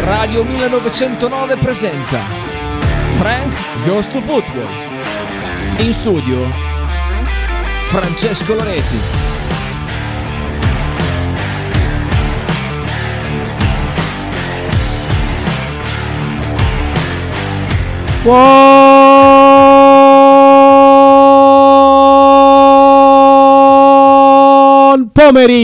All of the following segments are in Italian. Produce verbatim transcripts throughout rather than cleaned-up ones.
Radio millenovecentonove presenta Frank Goes to Football. In studio Francesco Loreti. Buon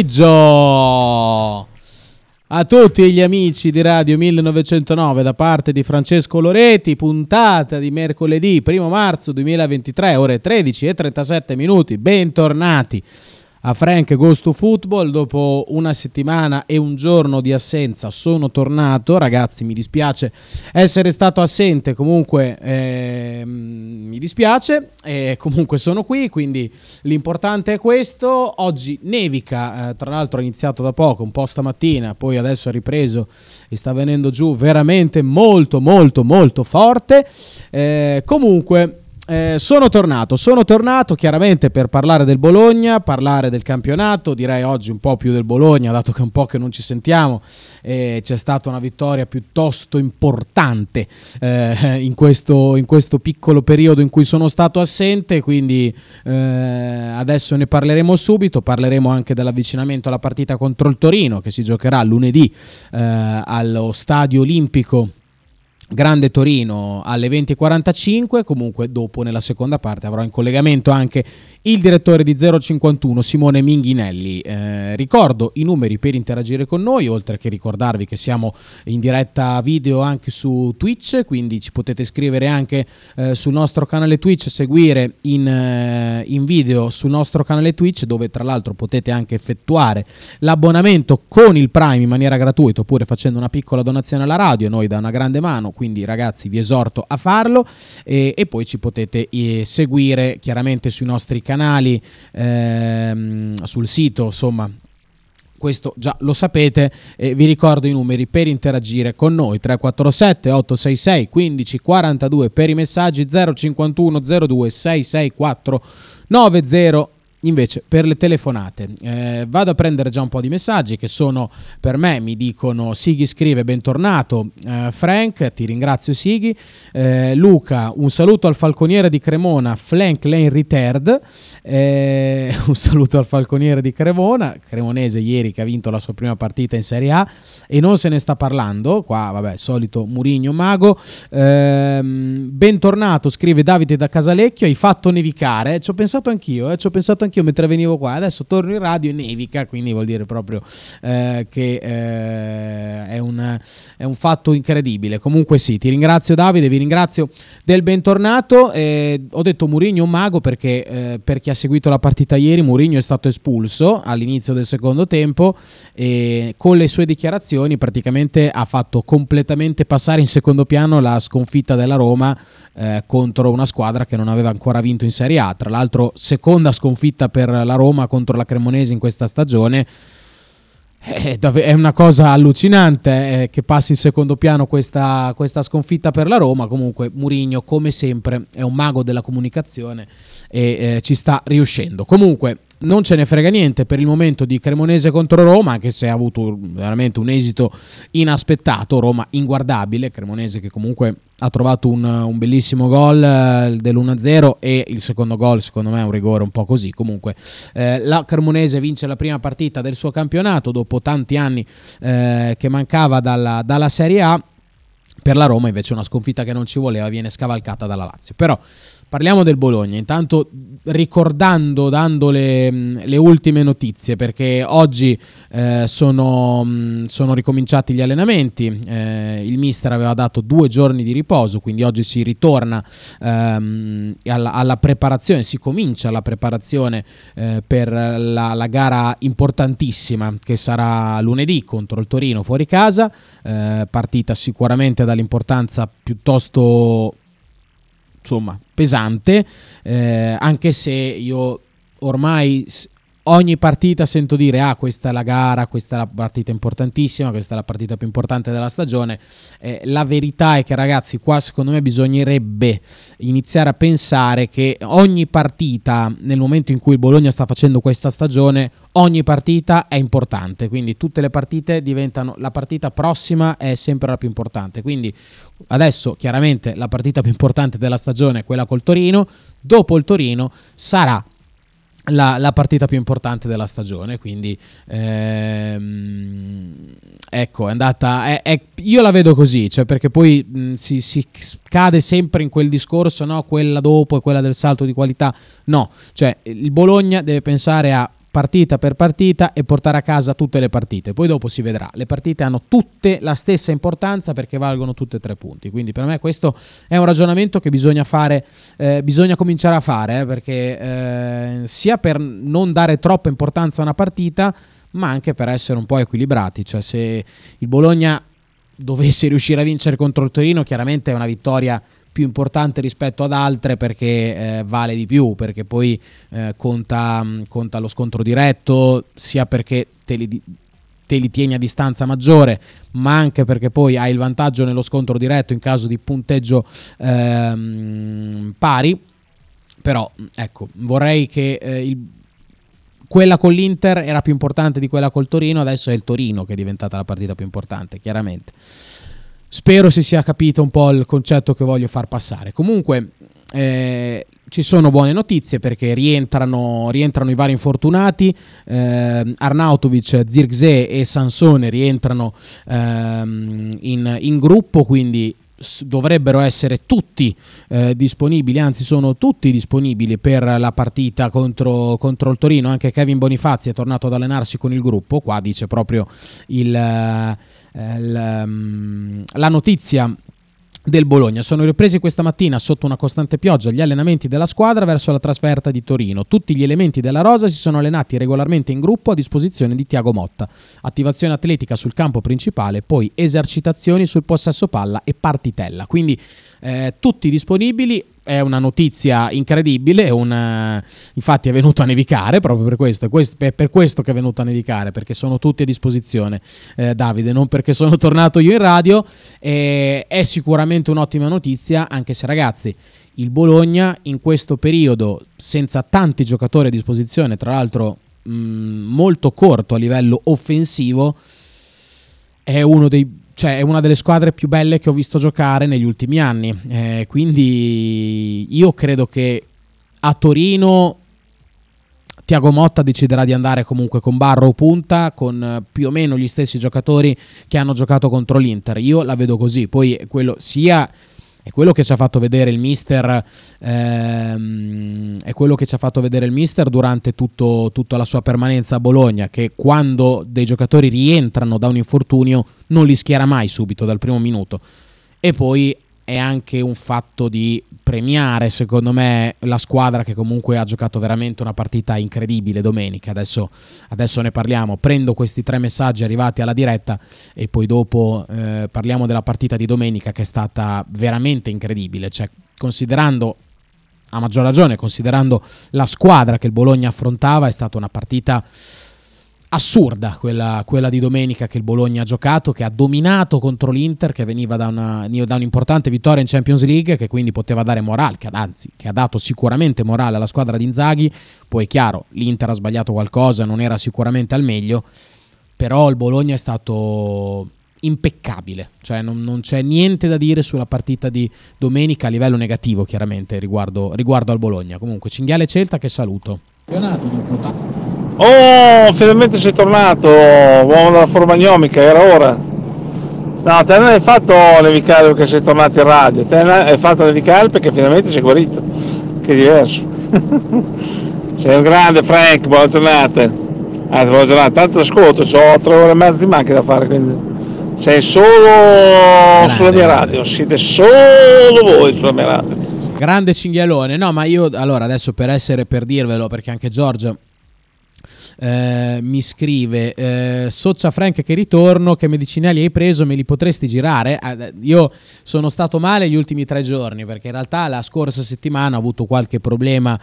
pomeriggio a tutti gli amici di Radio millenovecentonove da parte di Francesco Loreti, puntata di mercoledì primo marzo duemilaventitré, ore tredici e trentasette minuti. Bentornati a Frank Goes to Football. Dopo una settimana e un giorno di assenza sono tornato, ragazzi, mi dispiace essere stato assente, comunque eh, mi dispiace, e comunque sono qui, quindi l'importante è questo. Oggi nevica, eh, tra l'altro è iniziato da poco, un po' stamattina, poi adesso è ripreso e sta venendo giù veramente molto molto molto forte. Eh, comunque Eh, sono tornato, sono tornato chiaramente per parlare del Bologna, parlare del campionato, direi oggi un po' più del Bologna, dato che è un po' che non ci sentiamo. Eh, c'è stata una vittoria piuttosto importante eh, in, questo, in questo piccolo periodo in cui sono stato assente, quindi eh, adesso ne parleremo subito. Parleremo anche dell'avvicinamento alla partita contro il Torino, che si giocherà lunedì eh, allo Stadio Olimpico Grande Torino alle venti e quarantacinque. Comunque dopo, nella seconda parte, avrò in collegamento anche il direttore di zero cinquantuno, Simone Minghinelli. Eh, ricordo i numeri per interagire con noi, oltre che ricordarvi che siamo in diretta video anche su Twitch, quindi ci potete scrivere anche eh, sul nostro canale Twitch, seguire in, eh, in video sul nostro canale Twitch, dove tra l'altro potete anche effettuare l'abbonamento con il Prime in maniera gratuita, oppure facendo una piccola donazione alla radio, noi da una grande mano. Quindi ragazzi, vi esorto a farlo, e, e poi ci potete eh, seguire chiaramente sui nostri canali, ehm, sul sito, insomma questo già lo sapete. Eh, vi ricordo i numeri per interagire con noi: tre quattro sette otto sei sei uno cinque quattro due per i messaggi, zero cinquantuno zero due sei sei quattro nove zero invece per le telefonate. Eh, vado a prendere già un po' di messaggi che sono per me. Mi dicono: Sighi scrive bentornato eh, Frank, ti ringrazio Sighi. eh, Luca, un saluto al falconiere di Cremona, Flank Lane Retired. Eh, un saluto al falconiere di Cremona, cremonese ieri che ha vinto la sua prima partita in Serie A e non se ne sta parlando qua, vabbè, solito Murigno mago. Eh, bentornato, scrive Davide da Casalecchio, hai fatto nevicare. Ci ho pensato anch'io, eh, ci ho pensato anch'io mentre venivo qua. Adesso torno in radio e nevica, quindi vuol dire proprio eh, che eh, è, un, è un fatto incredibile. Comunque sì, ti ringrazio Davide, vi ringrazio del bentornato. Eh, ho detto Mourinho un mago perché eh, per chi ha seguito la partita ieri, Mourinho è stato espulso all'inizio del secondo tempo e con le sue dichiarazioni praticamente ha fatto completamente passare in secondo piano la sconfitta della Roma eh, contro una squadra che non aveva ancora vinto in Serie A. Tra l'altro seconda sconfitta per la Roma contro la Cremonese in questa stagione. È una cosa allucinante eh, che passi in secondo piano questa, questa sconfitta per la Roma. Comunque Mourinho, come sempre, è un mago della comunicazione e eh, ci sta riuscendo. Comunque non ce ne frega niente per il momento di Cremonese contro Roma, anche se ha avuto veramente un esito inaspettato. Roma inguardabile, Cremonese che comunque ha trovato un, un bellissimo gol eh, dell'uno a zero, e il secondo gol secondo me è un rigore un po' così. Comunque eh, la Cremonese vince la prima partita del suo campionato dopo tanti anni eh, che mancava dalla, dalla Serie A. Per la Roma invece una sconfitta che non ci voleva, viene scavalcata dalla Lazio. Però parliamo del Bologna, intanto ricordando, dando le, le ultime notizie, perché oggi eh, sono, sono ricominciati gli allenamenti. Eh, il mister aveva dato due giorni di riposo, quindi oggi si ritorna ehm, alla, alla preparazione, si comincia la preparazione eh, per la, la gara importantissima che sarà lunedì contro il Torino fuori casa. Eh, partita sicuramente dall'importanza piuttosto, insomma, pesante, eh, anche se io ormai ogni partita sento dire ah questa è la gara, questa è la partita importantissima, questa è la partita più importante della stagione. Eh, la verità è che, ragazzi, qua secondo me bisognerebbe iniziare a pensare che ogni partita, nel momento in cui il Bologna sta facendo questa stagione, ogni partita è importante, quindi tutte le partite diventano, la partita prossima è sempre la più importante. Quindi adesso chiaramente la partita più importante della stagione è quella col Torino, dopo il Torino sarà La, la partita più importante della stagione, quindi ehm, ecco, è andata è, è, io la vedo così, cioè perché poi mh, si, si cade sempre in quel discorso, no, quella dopo e quella del salto di qualità, no, cioè il Bologna deve pensare a partita per partita e portare a casa tutte le partite, poi dopo si vedrà. Le partite hanno tutte la stessa importanza perché valgono tutte e tre punti, quindi per me questo è un ragionamento che bisogna fare, eh, bisogna cominciare a fare, eh, perché eh, sia per non dare troppa importanza a una partita, ma anche per essere un po' equilibrati. Cioè, se il Bologna dovesse riuscire a vincere contro il Torino, chiaramente è una vittoria più importante rispetto ad altre perché eh, vale di più, perché poi eh, conta, conta lo scontro diretto, sia perché te li, te li tieni a distanza maggiore, ma anche perché poi hai il vantaggio nello scontro diretto in caso di punteggio ehm, pari. Però ecco, vorrei che eh, il quella con l'Inter era più importante di quella col Torino, adesso è il Torino che è diventata la partita più importante, chiaramente. Spero si sia capito un po' il concetto che voglio far passare. Comunque eh, ci sono buone notizie perché rientrano, rientrano i vari infortunati, eh, Arnautovic, Zirkzee e Sansone rientrano ehm, in, in gruppo, quindi dovrebbero essere tutti eh, disponibili, anzi sono tutti disponibili per la partita contro, contro il Torino. Anche Kevin Bonifazzi è tornato ad allenarsi con il gruppo, qua dice proprio il, eh, il, um, la notizia del Bologna. Sono ripresi questa mattina sotto una costante pioggia gli allenamenti della squadra verso la trasferta di Torino. Tutti gli elementi della rosa si sono allenati regolarmente in gruppo a disposizione di Thiago Motta. Attivazione atletica sul campo principale, poi esercitazioni sul possesso palla e partitella. Quindi eh, tutti disponibili. È una notizia incredibile, è un, infatti è venuto a nevicare proprio per questo, è per questo che è venuto a nevicare, perché sono tutti a disposizione, eh, Davide, non perché sono tornato io in radio. Eh, è sicuramente un'ottima notizia, anche se, ragazzi, il Bologna in questo periodo, senza tanti giocatori a disposizione, tra l'altro mh, molto corto a livello offensivo, è uno dei Cioè è una delle squadre più belle che ho visto giocare negli ultimi anni, eh, quindi io credo che a Torino Thiago Motta deciderà di andare comunque con Barro o punta, con più o meno gli stessi giocatori che hanno giocato contro l'Inter. Io la vedo così, poi quello sia è quello che ci ha fatto vedere il mister ehm, è quello che ci ha fatto vedere il mister durante tutto, tutta la sua permanenza a Bologna, che quando dei giocatori rientrano da un infortunio non li schiera mai subito dal primo minuto. E poi è anche un fatto di premiare, secondo me, la squadra che comunque ha giocato veramente una partita incredibile domenica. Adesso, adesso ne parliamo, prendo questi tre messaggi arrivati alla diretta e poi dopo eh, parliamo della partita di domenica, che è stata veramente incredibile, cioè considerando, a maggior ragione considerando la squadra che il Bologna affrontava, è stata una partita assurda quella, quella di domenica che il Bologna ha giocato, che ha dominato contro l'Inter, che veniva da, una, da un'importante vittoria in Champions League, che quindi poteva dare morale, che anzi che ha dato sicuramente morale alla squadra di Inzaghi. Poi è chiaro, l'Inter ha sbagliato qualcosa, non era sicuramente al meglio, però il Bologna è stato impeccabile, cioè non, non c'è niente da dire sulla partita di domenica a livello negativo, chiaramente, riguardo, riguardo al Bologna. Comunque Cinghiale Celta, che saluto. Oh, finalmente sei tornato, uomo della formagnomica, era ora. No, te non hai fatto nevicare perché sei tornato in radio, te hai fatto nevicare perché finalmente sei guarito, che è diverso. Sei un grande, Frank, buona giornata. Anzi, buona giornata, tanto ascolto, ho tre ore e mezza di macchina da fare, quindi sei solo grande, sulla mia radio, siete solo voi sulla mia radio. Grande cinghialone. No, ma io allora adesso per essere per dirvelo, perché anche Giorgio eh, mi scrive eh, Soccia Frank che ritorno, che medicinali hai preso, me li potresti girare? Eh, io sono stato male gli ultimi tre giorni perché in realtà la scorsa settimana ho avuto qualche problema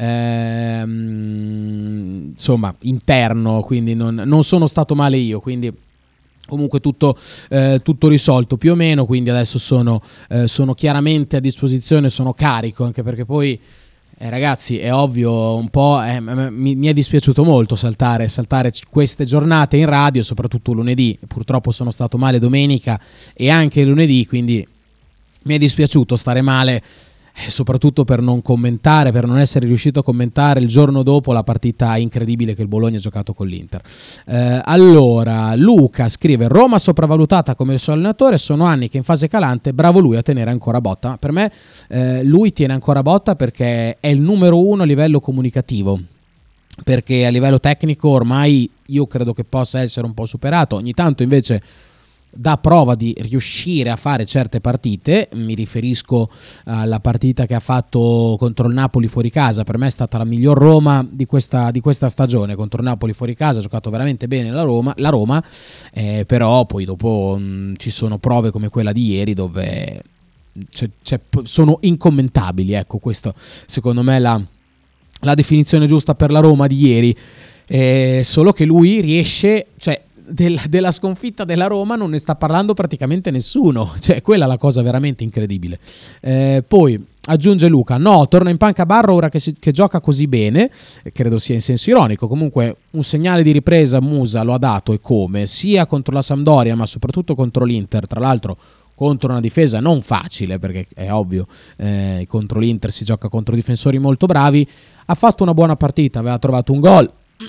ehm, insomma interno, quindi non, non sono stato male io, quindi comunque tutto, eh, tutto risolto più o meno, quindi adesso sono, eh, sono chiaramente a disposizione, sono carico, anche perché poi eh, ragazzi è ovvio un po' eh, mi, mi è dispiaciuto molto saltare, saltare queste giornate in radio, soprattutto lunedì, purtroppo sono stato male domenica e anche lunedì, quindi mi è dispiaciuto stare male, eh, soprattutto per non commentare, per non essere riuscito a commentare il giorno dopo la partita incredibile che il Bologna ha giocato con l'Inter. Eh, allora, Luca scrive: Roma sopravvalutata come il suo allenatore, sono anni che in fase calante, bravo lui a tenere ancora botta. Per me eh, lui tiene ancora botta perché è il numero uno a livello comunicativo, perché a livello tecnico ormai io credo che possa essere un po' superato, ogni tanto invece dà prova di riuscire a fare certe partite. Mi riferisco alla partita che ha fatto contro il Napoli fuori casa, per me è stata la miglior Roma di questa, di questa stagione, contro il Napoli fuori casa ha giocato veramente bene la Roma, la Roma eh, però poi dopo mh, ci sono prove come quella di ieri dove c'è, c'è, sono incommentabili, ecco, questo secondo me è la, la definizione giusta per la Roma di ieri, eh, solo che lui riesce, cioè Del, della sconfitta della Roma non ne sta parlando praticamente nessuno, cioè quella è la cosa veramente incredibile. Eh, poi aggiunge Luca: no, torna in panca Barro ora che, si, che gioca così bene, credo sia in senso ironico. Comunque un segnale di ripresa Musa lo ha dato, e come, sia contro la Sampdoria ma soprattutto contro l'Inter, tra l'altro contro una difesa non facile, perché è ovvio, eh, contro l'Inter si gioca contro difensori molto bravi. Ha fatto una buona partita, aveva trovato un gol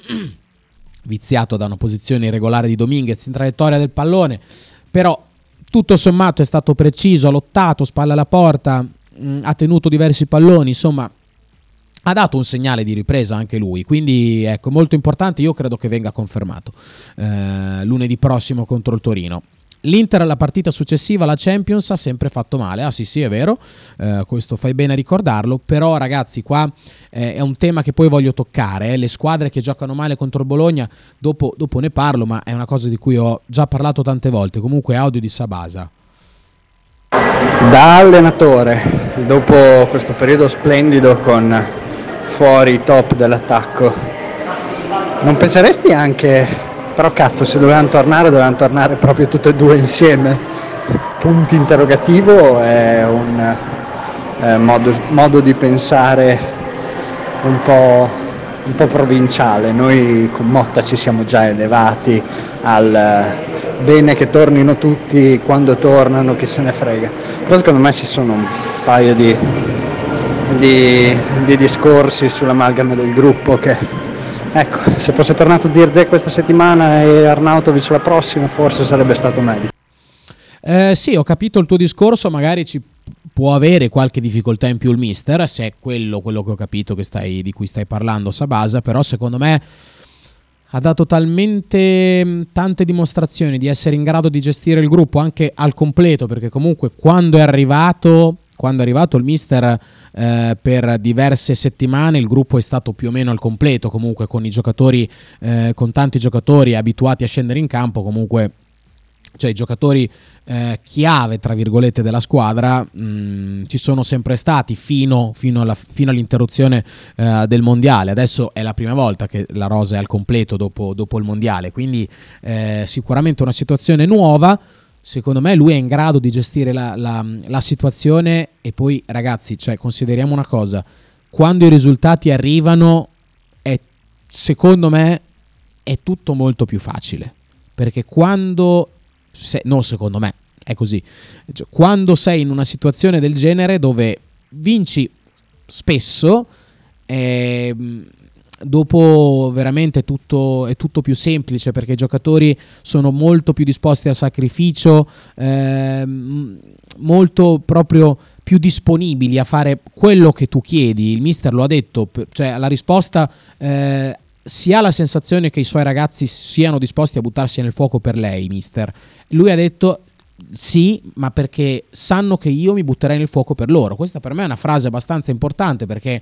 viziato da una posizione irregolare di Dominguez in traiettoria del pallone, però tutto sommato è stato preciso, ha lottato, spalla alla porta, mh, ha tenuto diversi palloni, insomma ha dato un segnale di ripresa anche lui, quindi ecco, molto importante. Io credo che venga confermato eh, lunedì prossimo contro il Torino. L'Inter alla partita successiva, la Champions, ha sempre fatto male. Ah sì sì, è vero, eh, questo fai bene a ricordarlo. Però ragazzi, qua eh, è un tema che poi voglio toccare, eh. Le squadre che giocano male contro il Bologna, dopo, dopo ne parlo, ma è una cosa di cui ho già parlato tante volte. Comunque audio di Sabasa. Da allenatore, dopo questo periodo splendido con fuori i top dell'attacco, non penseresti anche... Però cazzo, se dovevano tornare, dovevano tornare proprio tutte e due insieme. Punto interrogativo è un eh, modo, modo di pensare un po', un po' provinciale. Noi con Motta ci siamo già elevati al eh, bene che tornino tutti, quando tornano chi se ne frega. Però secondo me ci sono un paio di, di, di discorsi sull'amalgama del gruppo che... Ecco, se fosse tornato Zirze questa settimana e Arnautovic la prossima, forse sarebbe stato meglio. Eh, sì, ho capito il tuo discorso, magari ci può avere qualche difficoltà in più il mister, se è quello, quello che ho capito che stai, di cui stai parlando, Sabasa, però secondo me ha dato talmente tante dimostrazioni di essere in grado di gestire il gruppo anche al completo, perché comunque quando è arrivato... Quando è arrivato il mister eh, per diverse settimane il gruppo è stato più o meno al completo, comunque con i giocatori, eh, con tanti giocatori abituati a scendere in campo, comunque cioè i giocatori eh, chiave tra virgolette della squadra mh, ci sono sempre stati fino, fino, alla, fino all'interruzione eh, del mondiale. Adesso è la prima volta che la rosa è al completo dopo, dopo il mondiale, quindi eh, sicuramente una situazione nuova. Secondo me lui è in grado di gestire la, la, la situazione. E poi ragazzi, cioè, consideriamo una cosa: quando i risultati arrivano è, secondo me è tutto molto più facile, perché quando se, non secondo me è così, cioè, quando sei in una situazione del genere dove vinci spesso, eh, dopo veramente tutto è tutto più semplice, perché i giocatori sono molto più disposti al sacrificio, ehm, molto proprio più disponibili a fare quello che tu chiedi. Il mister lo ha detto, cioè la risposta eh, si ha la sensazione che i suoi ragazzi siano disposti a buttarsi nel fuoco per lei, mister. Lui ha detto sì, ma perché sanno che io mi butterei nel fuoco per loro. Questa per me è una frase abbastanza importante, perché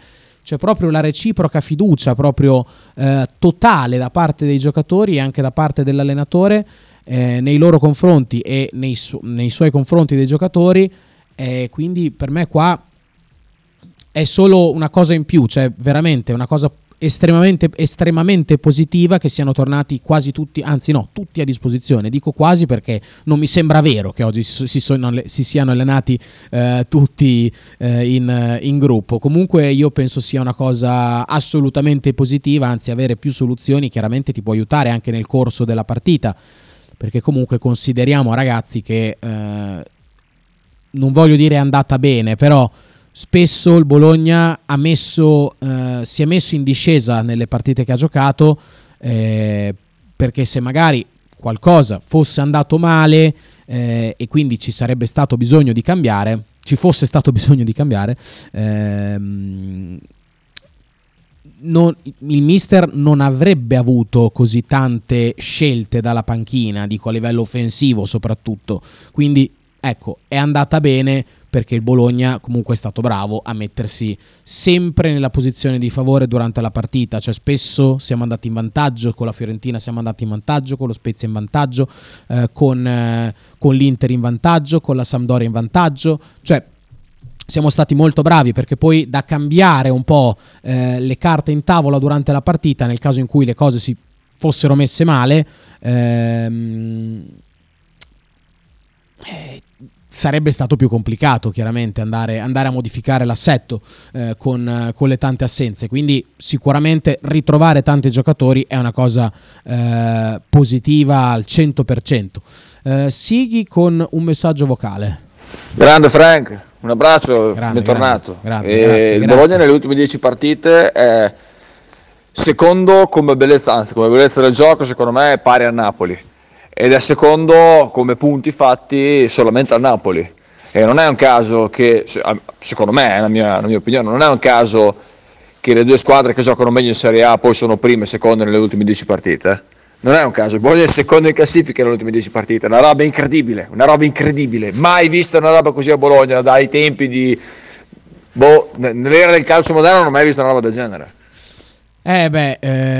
c'è proprio la reciproca fiducia proprio eh, totale da parte dei giocatori e anche da parte dell'allenatore eh, nei loro confronti e nei, su- nei suoi confronti dei giocatori, eh, quindi per me qua è solo una cosa in più, cioè veramente una cosa estremamente, estremamente positiva che siano tornati quasi tutti, anzi no, tutti a disposizione. Dico quasi perché non mi sembra vero che oggi si, sono, si siano allenati eh, tutti eh, in, in gruppo. Comunque io penso sia una cosa assolutamente positiva, anzi avere più soluzioni chiaramente ti può aiutare anche nel corso della partita, perché comunque consideriamo, ragazzi, che eh, non voglio dire è andata bene, però spesso il Bologna ha messo, eh, si è messo in discesa nelle partite che ha giocato, eh, perché se magari qualcosa fosse andato male eh, e quindi ci sarebbe stato bisogno di cambiare, ci fosse stato bisogno di cambiare, ehm, non, il mister non avrebbe avuto così tante scelte dalla panchina, dico a livello offensivo soprattutto. Quindi ecco, è andata bene perché il Bologna comunque è stato bravo a mettersi sempre nella posizione di favore durante la partita, cioè spesso siamo andati in vantaggio, con la Fiorentina siamo andati in vantaggio, con lo Spezia in vantaggio, eh, con, eh, con l'Inter in vantaggio, con la Sampdoria in vantaggio, cioè siamo stati molto bravi, perché poi da cambiare un po' eh, le carte in tavola durante la partita nel caso in cui le cose si fossero messe male, ehm, eh, sarebbe stato più complicato chiaramente andare, andare a modificare l'assetto eh, con, con le tante assenze. Quindi sicuramente ritrovare tanti giocatori è una cosa eh, positiva al cento per cento. eh, Sighi con un messaggio vocale. Grande Frank, un abbraccio, Grande, bentornato. grande, grande, e grazie, il grazie. Bologna nelle ultime dieci partite è secondo come bellezza, anzi come bellezza del gioco secondo me è pari al Napoli, ed è secondo come punti fatti solamente al Napoli. E non è un caso che, secondo me, è la mia, la mia opinione, non è un caso che le due squadre che giocano meglio in Serie A poi sono prime e seconde nelle ultime dieci partite. Non è un caso, il Bologna è secondo in classifica nelle ultime dieci partite, una roba incredibile, una roba incredibile, mai vista una roba così a Bologna dai tempi di, boh, nell'era del calcio moderno non ho mai visto una roba del genere. Eh beh,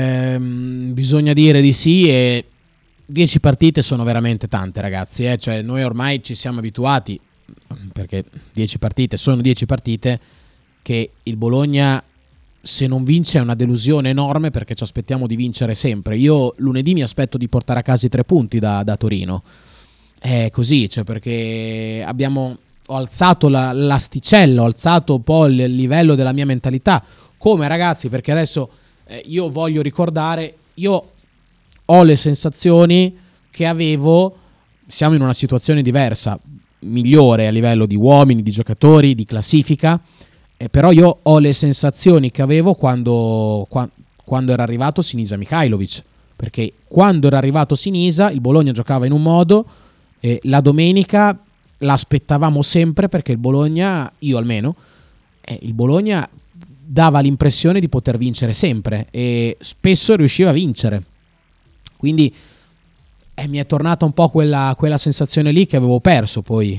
ehm, bisogna dire di sì, e dieci partite sono veramente tante, ragazzi, eh? Cioè noi ormai ci siamo abituati, perché dieci partite sono dieci partite, che il Bologna se non vince è una delusione enorme, perché ci aspettiamo di vincere sempre. Io lunedì mi aspetto di portare a casa i tre punti da, da Torino, è così, cioè perché abbiamo ho alzato la, l'asticella, ho alzato un po' il livello della mia mentalità, come ragazzi, perché adesso eh, io voglio ricordare, io ho le sensazioni che avevo, siamo in una situazione diversa, migliore a livello di uomini, di giocatori, di classifica, eh, però io ho le sensazioni che avevo quando, qua, quando era arrivato Sinisa Mihajlovic, perché quando era arrivato Sinisa il Bologna giocava in un modo, e la domenica l'aspettavamo sempre, perché il Bologna, io almeno, eh, il Bologna dava l'impressione di poter vincere sempre e spesso riusciva a vincere. Quindi eh, mi è tornata un po' quella, quella sensazione lì che avevo perso poi,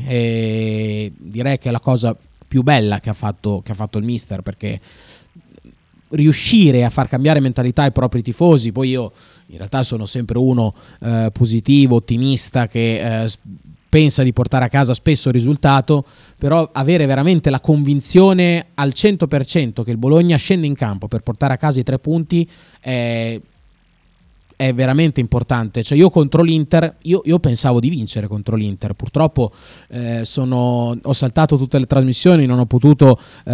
e direi che è la cosa più bella che ha fatto, che ha fatto il mister, perché riuscire a far cambiare mentalità ai propri tifosi, poi io in realtà sono sempre uno eh, positivo, ottimista, che eh, pensa di portare a casa spesso il risultato, però avere veramente la convinzione al cento per cento che il Bologna scende in campo per portare a casa i tre punti è... è veramente importante. Cioè io contro l'Inter io, io pensavo di vincere contro l'Inter, purtroppo eh, sono, ho saltato tutte le trasmissioni, non ho potuto eh,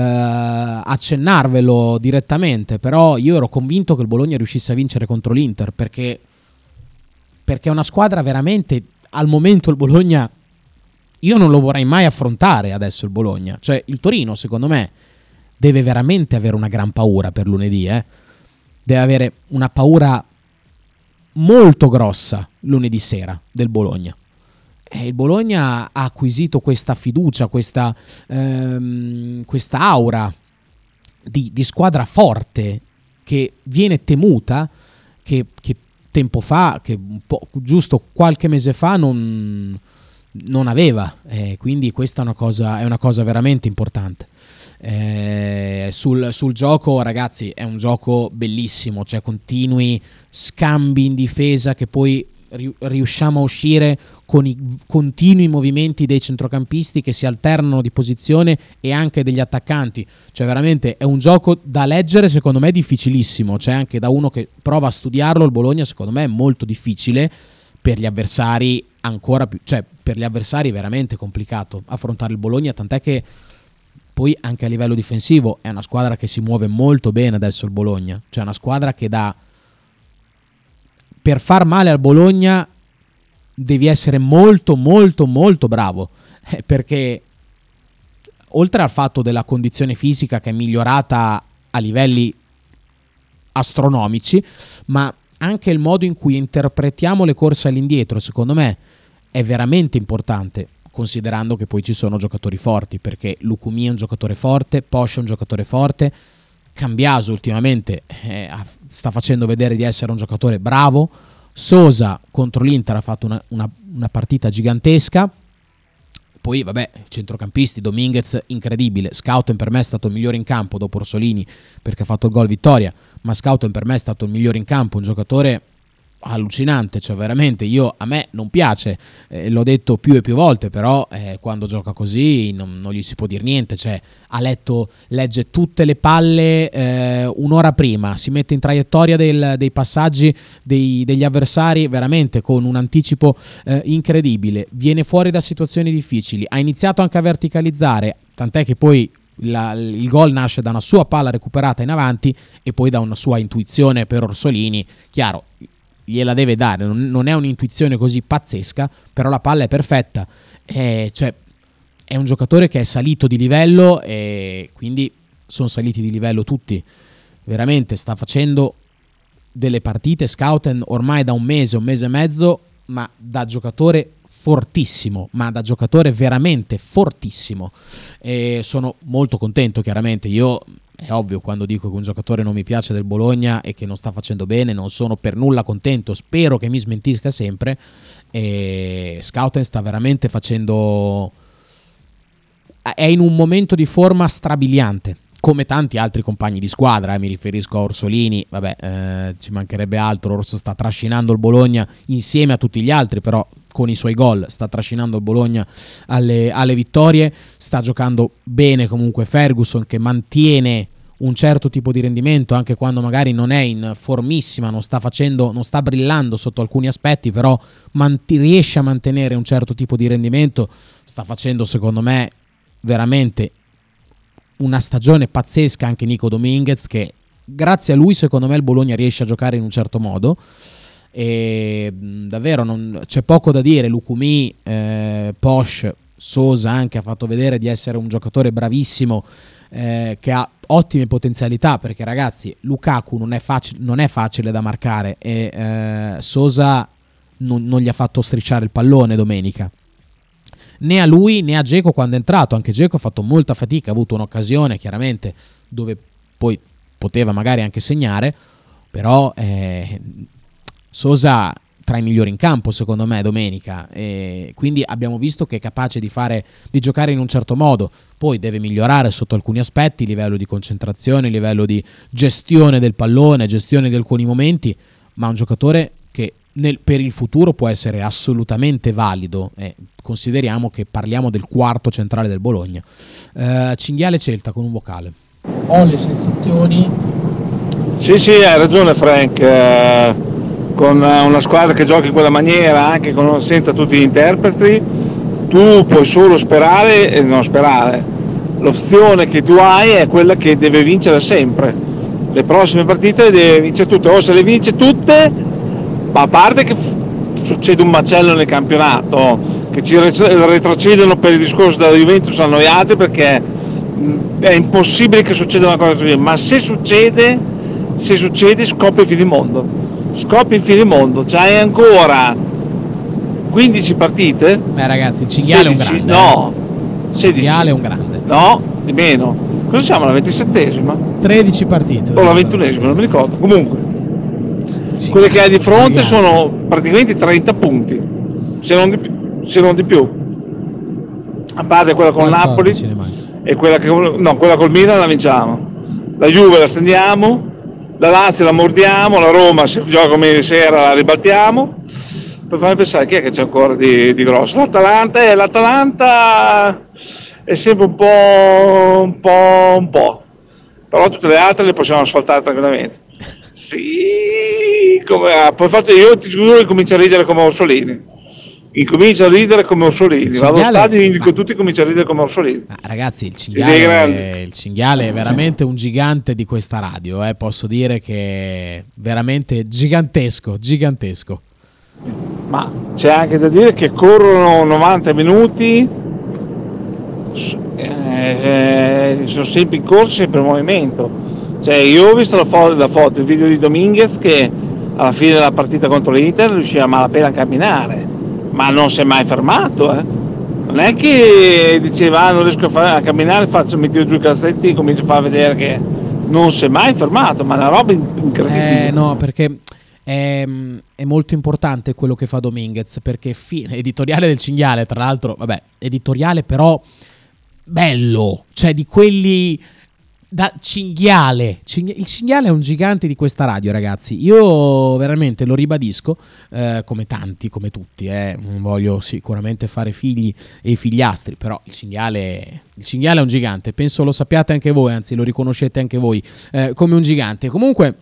accennarvelo direttamente, però io ero convinto che il Bologna riuscisse a vincere contro l'Inter, perché perché è una squadra veramente, al momento il Bologna io non lo vorrei mai affrontare adesso il Bologna, cioè il Torino secondo me deve veramente avere una gran paura per lunedì, eh? Deve avere una paura molto grossa lunedì sera del Bologna. E il Bologna ha acquisito questa fiducia, questa, ehm, questa aura di, di squadra forte che viene temuta, che, che tempo fa, che un po', giusto qualche mese fa non, non aveva, e quindi questa è una cosa, è una cosa veramente importante. Eh, sul, sul gioco, ragazzi, è un gioco bellissimo, cioè continui scambi in difesa che poi ri- riusciamo a uscire con i continui movimenti dei centrocampisti che si alternano di posizione e anche degli attaccanti. Cioè veramente è un gioco da leggere, secondo me difficilissimo, cioè anche da uno che prova a studiarlo. Il Bologna secondo me è molto difficile, per gli avversari ancora più, cioè per gli avversari è veramente complicato affrontare il Bologna, tant'è che poi anche a livello difensivo è una squadra che si muove molto bene adesso il Bologna, cioè una squadra che dà, per far male al Bologna devi essere molto molto molto bravo, eh, perché oltre al fatto della condizione fisica che è migliorata a livelli astronomici, ma anche il modo in cui interpretiamo le corse all'indietro secondo me è veramente importante, considerando che poi ci sono giocatori forti, perché Lukumi è un giocatore forte, Posch è un giocatore forte, Cambiaso ultimamente eh, sta facendo vedere di essere un giocatore bravo, Sosa contro l'Inter ha fatto una, una, una partita gigantesca, poi vabbè, centrocampisti, Dominguez incredibile, Scouten per me è stato il migliore in campo dopo Orsolini perché ha fatto il gol vittoria, ma Scouten per me è stato il migliore in campo, un giocatore allucinante, cioè veramente io, a me non piace, eh, l'ho detto più e più volte, però eh, quando gioca così non, non gli si può dire niente, cioè ha letto, legge tutte le palle eh, un'ora prima, si mette in traiettoria del, dei passaggi dei, degli avversari veramente con un anticipo eh, incredibile, viene fuori da situazioni difficili, ha iniziato anche a verticalizzare, tant'è che poi La, il gol nasce da una sua palla recuperata in avanti e poi da una sua intuizione per Orsolini, chiaro, gliela deve dare, non, non è un'intuizione così pazzesca, però la palla è perfetta, e, cioè, è un giocatore che è salito di livello e quindi sono saliti di livello tutti, veramente sta facendo delle partite Scouten ormai da un mese, un mese e mezzo, ma da giocatore fortissimo, ma da giocatore veramente fortissimo, e sono molto contento. Chiaramente io, è ovvio, quando dico che un giocatore non mi piace del Bologna e che non sta facendo bene, non sono per nulla contento, spero che mi smentisca sempre, e Scouten sta veramente facendo, è in un momento di forma strabiliante come tanti altri compagni di squadra, eh, mi riferisco a Orsolini, vabbè, eh, ci mancherebbe altro, Orso sta trascinando il Bologna insieme a tutti gli altri, però con i suoi gol sta trascinando il Bologna alle, alle vittorie, sta giocando bene comunque Ferguson, che mantiene un certo tipo di rendimento anche quando magari non è in formissima, non sta facendo, non sta brillando sotto alcuni aspetti, però manti- riesce a mantenere un certo tipo di rendimento, sta facendo secondo me veramente una stagione pazzesca anche Nico Dominguez, che grazie a lui secondo me il Bologna riesce a giocare in un certo modo, e davvero non, c'è poco da dire. Lukumi, eh, Posch, Sosa anche ha fatto vedere di essere un giocatore bravissimo, eh, che ha ottime potenzialità, perché ragazzi Lukaku non è facile, non è facile da marcare, e eh, Sosa non, non gli ha fatto strisciare il pallone domenica, né a lui né a Dzeko quando è entrato. Anche Dzeko ha fatto molta fatica, ha avuto un'occasione chiaramente dove poi poteva magari anche segnare, però eh, Sosa tra i migliori in campo secondo me domenica, e quindi abbiamo visto che è capace di fare, di giocare in un certo modo. Poi deve migliorare sotto alcuni aspetti, livello di concentrazione, livello di gestione del pallone, gestione di alcuni momenti, ma un giocatore che nel, per il futuro può essere assolutamente valido, e consideriamo che parliamo del quarto centrale del Bologna. uh, Cinghiale Celta con un vocale. Ho le sensazioni. Sì sì, hai ragione Frank, eh, con una squadra che gioca in quella maniera, anche con, senza tutti gli interpreti, tu puoi solo sperare e non sperare. L'opzione che tu hai è quella che deve vincere sempre, le prossime partite le deve vincere tutte, o se le vince tutte, ma a parte che f- succede un macello nel campionato, che ci re- retrocedono per il discorso della Juventus annoiati, perché mh, è impossibile che succeda una cosa così, ma se succede, se succede scoppia il finimondo, scoppia il finimondo, c'hai ancora quindici partite. Beh ragazzi, il Cinghiale sedici, è un grande. No, Il sedici. Cinghiale è un grande. No, di meno. Cosa siamo, la ventisettesima? tredici partite. O la ventunesima, non mi ricordo. Comunque, Cinghiale. quelle che hai di fronte Cinghiale. sono praticamente trenta punti, se non di più. Se non di più. A parte quella con quattordici Napoli, ne manca. e quella, che, no, quella col Milan la vinciamo, la Juve la stendiamo, la Lazio la mordiamo, la Roma se gioca come ieri sera la ribaltiamo. Per farmi pensare chi è che c'è ancora di, di grosso, l'Atalanta, eh, l'Atalanta è sempre un po', un po', un po', però tutte le altre le possiamo asfaltare tranquillamente. Sì, come, ah, poi fatto io ti giuro che comincio a ridere come Orsolini. Incomincia a ridere come Orsolini, vado allo stadio e indico tutti, comincia a ridere come Orsolini. Ah, ragazzi, il cinghiale, il cinghiale è veramente un gigante di questa radio, eh. Posso dire che è veramente gigantesco, gigantesco. Ma c'è anche da dire che corrono novanta minuti, eh, sono sempre in corsa, sempre in movimento. Cioè, io ho visto la foto, la foto, il video di Dominguez che alla fine della partita contro l'Inter riusciva a malapena a camminare, ma non si è mai fermato, eh. Non è che diceva ah, non riesco a, fare, a camminare, faccio, mi tiro giù i calzetti e comincio a far vedere che non si è mai fermato, ma è una roba incredibile. Eh no, perché è, è molto importante quello che fa Dominguez, perché fine editoriale del cinghiale, tra l'altro, vabbè, editoriale però bello, cioè di quelli da cinghiale. Cinghi- il cinghiale è un gigante di questa radio, ragazzi. Io veramente lo ribadisco, eh, come tanti, come tutti, eh. Non voglio sicuramente fare figli e figliastri, però il cinghiale, il cinghiale è un gigante. Penso lo sappiate anche voi, anzi lo riconoscete anche voi, eh, come un gigante. Comunque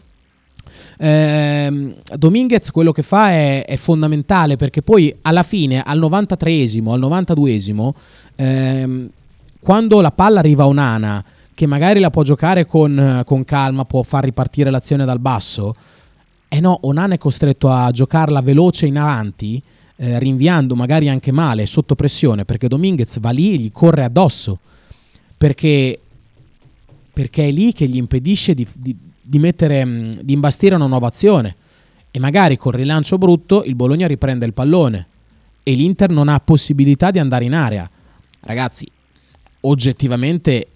ehm, Dominguez quello che fa è, è fondamentale, perché poi alla fine, al novantatreesimo, al novantaduesimo, ehm, quando la palla arriva a Onana, che magari la può giocare con, con calma, può far ripartire l'azione dal basso, eh no, Onana è costretto a giocarla veloce in avanti, eh, rinviando magari anche male, sotto pressione, perché Dominguez va lì e gli corre addosso, perché, perché è lì che gli impedisce di, di, di, mettere, di imbastire una nuova azione, e magari col rilancio brutto il Bologna riprende il pallone e l'Inter non ha possibilità di andare in area. Ragazzi, oggettivamente,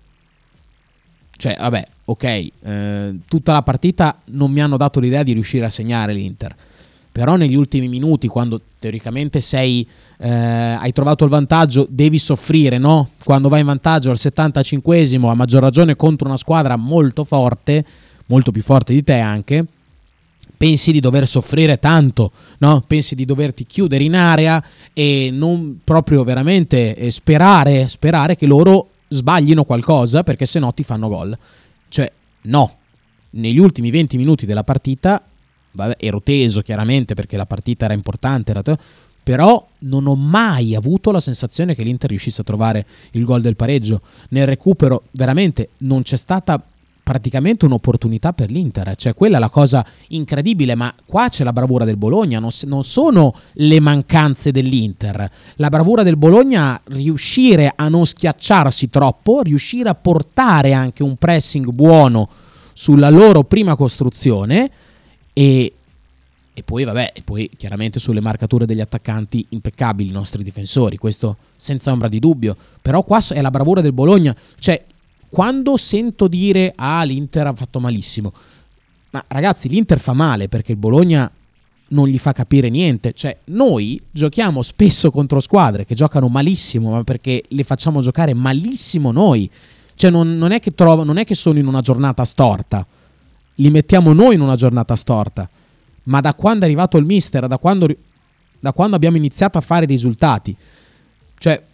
cioè, vabbè, ok, eh, tutta la partita non mi hanno dato l'idea di riuscire a segnare l'Inter, però negli ultimi minuti, quando teoricamente sei, eh, hai trovato il vantaggio, devi soffrire, no? Quando vai in vantaggio al settantacinquesimo, a maggior ragione contro una squadra molto forte, molto più forte di te anche, pensi di dover soffrire tanto, no? Pensi di doverti chiudere in area e non proprio veramente eh, sperare, sperare che loro sbaglino qualcosa, perché se no ti fanno gol. Cioè, no. Negli ultimi venti minuti della partita, vabbè, ero teso chiaramente perché la partita era importante, era te- però non ho mai avuto la sensazione che l'Inter riuscisse a trovare il gol del pareggio. Nel recupero veramente non c'è stata praticamente un'opportunità per l'Inter, cioè quella è la cosa incredibile, ma qua c'è la bravura del Bologna, non, non sono le mancanze dell'Inter. La bravura del Bologna, riuscire a non schiacciarsi troppo, riuscire a portare anche un pressing buono sulla loro prima costruzione e, e poi vabbè, e poi chiaramente sulle marcature degli attaccanti impeccabili i nostri difensori, questo senza ombra di dubbio, però qua è la bravura del Bologna. Cioè, quando sento dire ah, l'Inter ha fatto malissimo, ma ragazzi, l'Inter fa male perché il Bologna non gli fa capire niente. Cioè, noi giochiamo spesso contro squadre che giocano malissimo, ma perché le facciamo giocare malissimo noi. Cioè, non, non è che trovo, non è che sono in una giornata storta, li mettiamo noi in una giornata storta, ma da quando è arrivato il mister, da quando, da quando abbiamo iniziato a fare risultati, cioè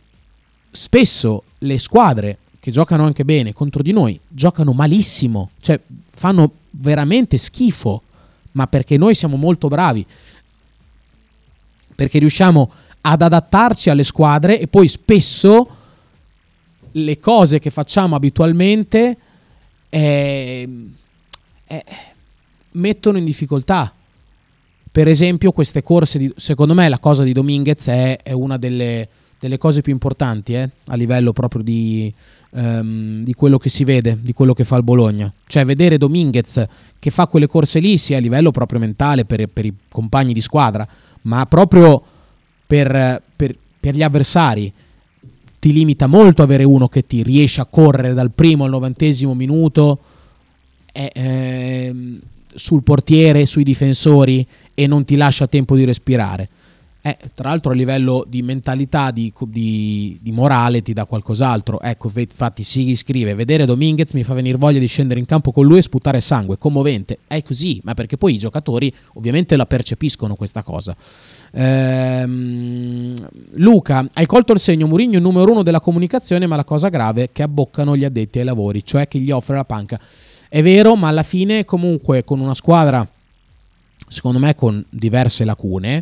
spesso le squadre che giocano anche bene contro di noi giocano malissimo, cioè fanno veramente schifo, ma perché noi siamo molto bravi, perché riusciamo ad adattarci alle squadre e poi spesso le cose che facciamo abitualmente eh, eh, mettono in difficoltà. Per esempio queste corse di, secondo me la cosa di Dominguez è, è una delle, delle cose più importanti eh, a livello proprio di Um, di quello che si vede, di quello che fa il Bologna. Cioè, vedere Dominguez che fa quelle corse lì, sia a livello proprio mentale per, per i compagni di squadra, ma proprio per, per, per gli avversari, ti limita molto avere uno che ti riesce a correre dal primo al novantesimo minuto e, ehm, sul portiere, sui difensori, e non ti lascia tempo di respirare. Eh, tra l'altro a livello di mentalità, di, di, di morale ti dà qualcos'altro. Ecco, infatti Sighi scrive: vedere Dominguez mi fa venire voglia di scendere in campo con lui e sputare sangue, commovente. È così, ma perché poi i giocatori ovviamente la percepiscono questa cosa. ehm, Luca, hai colto il segno, Mourinho numero uno della comunicazione, ma la cosa grave è che abboccano gli addetti ai lavori, cioè che gli offre la panca. È vero, ma alla fine comunque con una squadra secondo me con diverse lacune,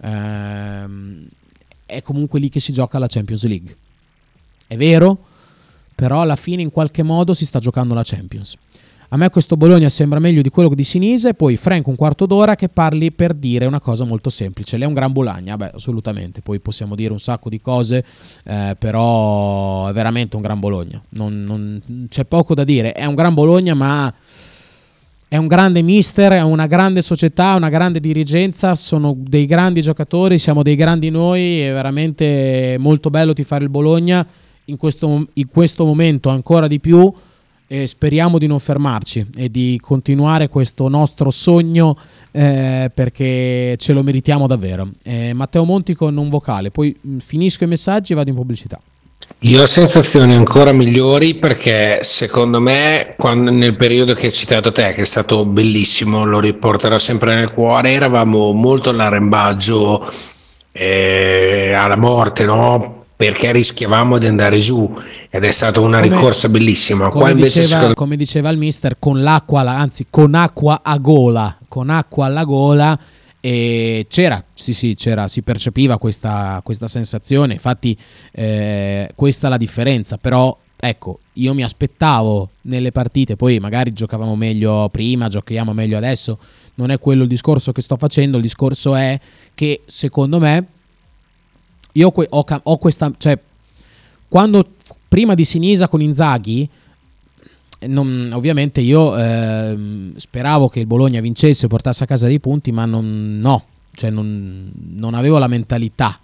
ehm, è comunque lì che si gioca la Champions League. È vero, però alla fine in qualche modo si sta giocando la Champions. A me questo Bologna sembra meglio di quello di Sinise. E poi Frank un quarto d'ora che parli per dire una cosa molto semplice: lei è un gran Bologna. Beh, assolutamente, poi possiamo dire un sacco di cose, eh, però è veramente un gran Bologna, non, non, c'è poco da dire. È un gran Bologna, ma è un grande mister, è una grande società, una grande dirigenza, sono dei grandi giocatori, siamo dei grandi noi, è veramente molto bello tifare il Bologna in questo, in questo momento ancora di più, e speriamo di non fermarci e di continuare questo nostro sogno, eh, perché ce lo meritiamo davvero. eh, Matteo Monti con un vocale, poi mh, finisco i messaggi e vado in pubblicità. Io ho sensazioni ancora migliori, perché secondo me quando, nel periodo che hai citato te, che è stato bellissimo, lo riporterò sempre nel cuore, eravamo molto all'arrembaggio, eh, alla morte, no? Perché rischiavamo di andare giù, ed è stata una come, ricorsa bellissima. Come, Qua invece, diceva, secondo... come diceva il mister, con l'acqua, anzi con acqua a gola, con acqua alla gola. E c'era, sì sì, c'era, si percepiva questa, questa sensazione, infatti eh, questa è la differenza. Però ecco, io mi aspettavo nelle partite, poi magari giocavamo meglio prima, giochiamo meglio adesso, non è quello il discorso che sto facendo, il discorso è che secondo me io ho, ho questa, cioè quando prima di Sinisa con Inzaghi, Non, ovviamente io eh, speravo che il Bologna vincesse e portasse a casa dei punti, ma non, no, cioè non, non avevo la mentalità.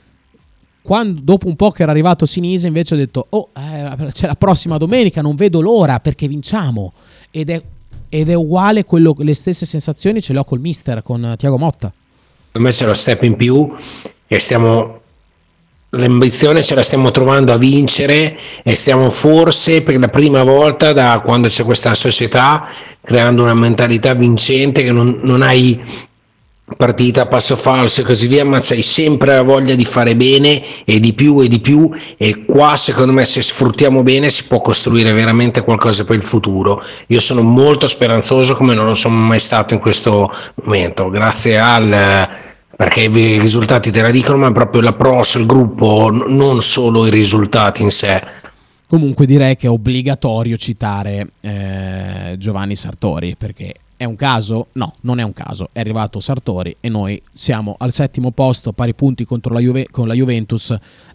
Quando, dopo un po' che era arrivato Sinisa, invece ho detto oh, eh, c'è la prossima domenica, non vedo l'ora perché vinciamo, ed è, ed è uguale quello, le stesse sensazioni ce le ho col mister, con Thiago Motta. Per me c'è lo step in più, che stiamo... l'ambizione ce la stiamo trovando a vincere, e stiamo forse per la prima volta da quando c'è questa società creando una mentalità vincente, che non, non hai partita a passo falso e così via, ma c'hai sempre la voglia di fare bene e di più e di più, e qua secondo me se sfruttiamo bene si può costruire veramente qualcosa per il futuro. Io sono molto speranzoso come non lo sono mai stato in questo momento, grazie al... perché i risultati te la dicono, ma proprio l'approccio, il gruppo, non solo i risultati in sé. Comunque direi che è obbligatorio citare eh, Giovanni Sartori, perché è un caso? No, non è un caso, è arrivato Sartori e noi siamo al settimo posto, pari punti contro la Juve, con la Juventus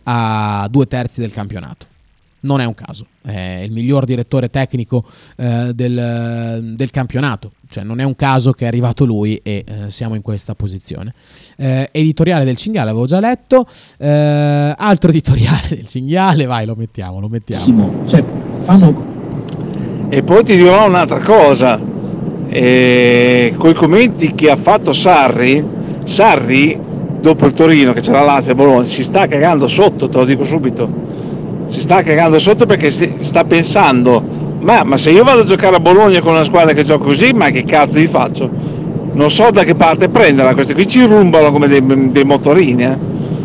a due terzi del campionato. Non è un caso, è il miglior direttore tecnico eh, del, del campionato, cioè non è un caso che è arrivato lui e eh, siamo in questa posizione. Eh, editoriale del Cinghiale avevo già letto, eh, altro editoriale del Cinghiale, vai, lo mettiamo, lo mettiamo. Cioè, fanno... E poi ti dirò un'altra cosa, eh, coi commenti che ha fatto Sarri, Sarri dopo il Torino, che c'era Lazio e Bologna, si sta cagando sotto, te lo dico subito. Si sta cagando sotto perché si sta pensando ma, ma se io vado a giocare a Bologna con una squadra che gioca così, ma che cazzo vi faccio? Non so da che parte prenderla, questi qui ci rumbano come dei, dei motorini, eh.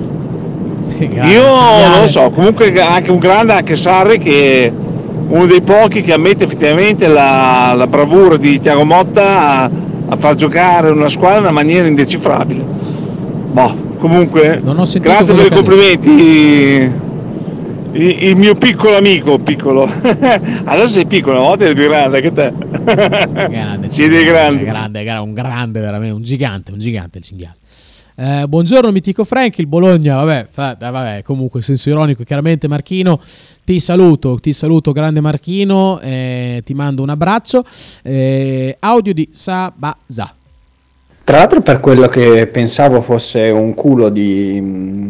Io non lo so, comunque anche un grande, anche Sarri, che è uno dei pochi che ammette effettivamente la, la bravura di Thiago Motta a, a far giocare una squadra in una maniera indecifrabile. Boh, comunque grazie per i complimenti. Il mio piccolo amico, piccolo, adesso sei piccolo, una volta è più grande che te. Grande, siete grandi. Grande, un grande, veramente, un gigante, un gigante il Cinghiale. Eh, buongiorno mitico Frank, il Bologna, vabbè, fa, vabbè, comunque senso ironico, chiaramente Marchino, ti saluto, ti saluto grande Marchino, eh, ti mando un abbraccio. Eh, audio di Sabasa. Tra l'altro, per quello che pensavo fosse un culo di,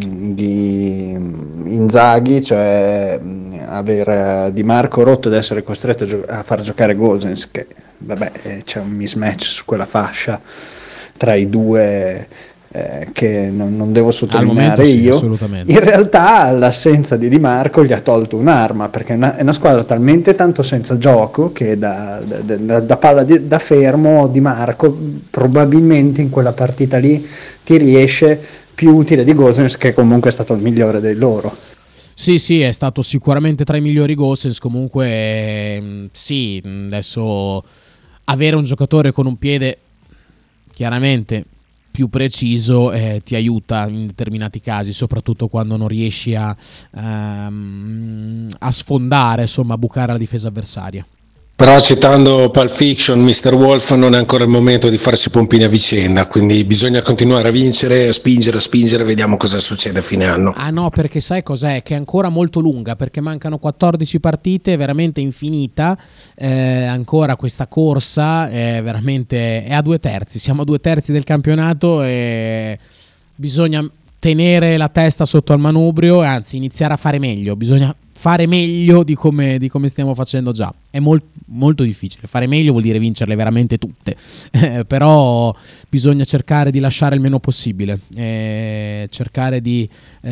di Inzaghi, cioè aver Di Marco rotto ed essere costretto a, gio- a far giocare Gosens, che vabbè c'è un mismatch su quella fascia tra i due eh, che non, non devo sottolineare Al momento sì, io, assolutamente. in realtà l'assenza di Di Marco gli ha tolto un'arma, perché è una, è una squadra talmente tanto senza gioco che da, da, da, da palla di, da fermo Di Marco probabilmente in quella partita lì ti riesce più utile di Gosens, che comunque è stato il migliore dei loro. Sì, sì, è stato sicuramente tra i migliori Gosens. Comunque, ehm, sì, adesso avere un giocatore con un piede chiaramente più preciso eh, ti aiuta in determinati casi, soprattutto quando non riesci a, ehm, a sfondare, insomma, a bucare la difesa avversaria. Però citando Pulp Fiction, mister Wolf, non è ancora il momento di farsi pompini a vicenda, quindi bisogna continuare a vincere, a spingere, a spingere, vediamo cosa succede a fine anno. Ah no, perché sai cos'è? Che è ancora molto lunga, perché mancano quattordici partite, veramente infinita, eh, ancora questa corsa è veramente è a due terzi, siamo a due terzi del campionato e bisogna tenere la testa sotto al manubrio e anzi iniziare a fare meglio, bisogna fare meglio di come, di come stiamo facendo già. È molt, molto difficile. Fare meglio vuol dire vincerle veramente tutte, eh, però bisogna cercare di lasciare il meno possibile, eh, cercare di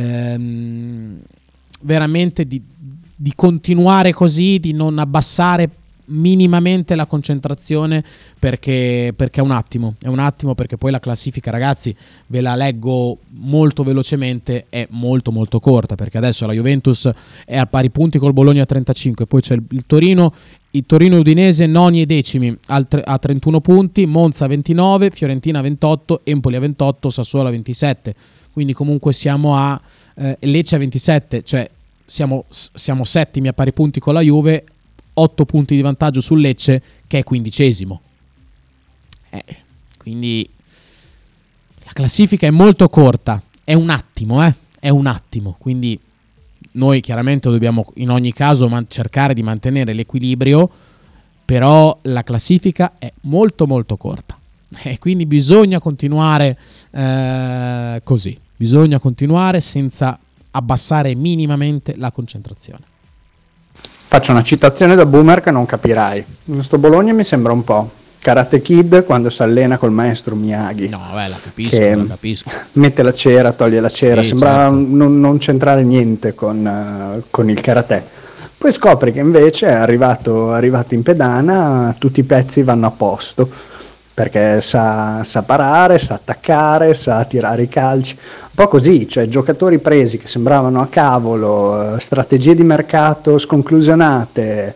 ehm, veramente di, di continuare così, di non abbassare minimamente la concentrazione, perché, perché è un attimo è un attimo perché poi la classifica, ragazzi, ve la leggo molto velocemente, è molto molto corta, perché adesso la Juventus è a pari punti col Bologna a trentacinque, poi c'è il, il Torino il Torino e Udinese noni e decimi al tre, a trentuno punti, Monza a ventinove, Fiorentina a ventotto, Empoli a ventotto, Sassuolo a ventisette, quindi comunque siamo a eh, Lecce a ventisette, cioè siamo, siamo settimi a pari punti con la Juve, otto punti di vantaggio sul Lecce che è quindicesimo. Eh, quindi la classifica è molto corta, è un attimo, eh? È un attimo, quindi noi chiaramente dobbiamo in ogni caso man- cercare di mantenere l'equilibrio, però la classifica è molto molto corta e quindi bisogna continuare eh, così, bisogna continuare senza abbassare minimamente la concentrazione. Faccio una citazione da boomer che non capirai. Questo Bologna mi sembra un po' Karate Kid quando si allena col maestro Miyagi. No, beh, la capisco, che la capisco. Mette la cera, toglie la cera, Sì, sembra certo. non, non c'entrare niente con, uh, con il karate. Poi scopri che invece è arrivato, arrivato in pedana, tutti i pezzi vanno a posto, perché sa, sa parare, sa attaccare, sa tirare i calci. Un po' così, cioè giocatori presi che sembravano a cavolo, eh, strategie di mercato sconclusionate,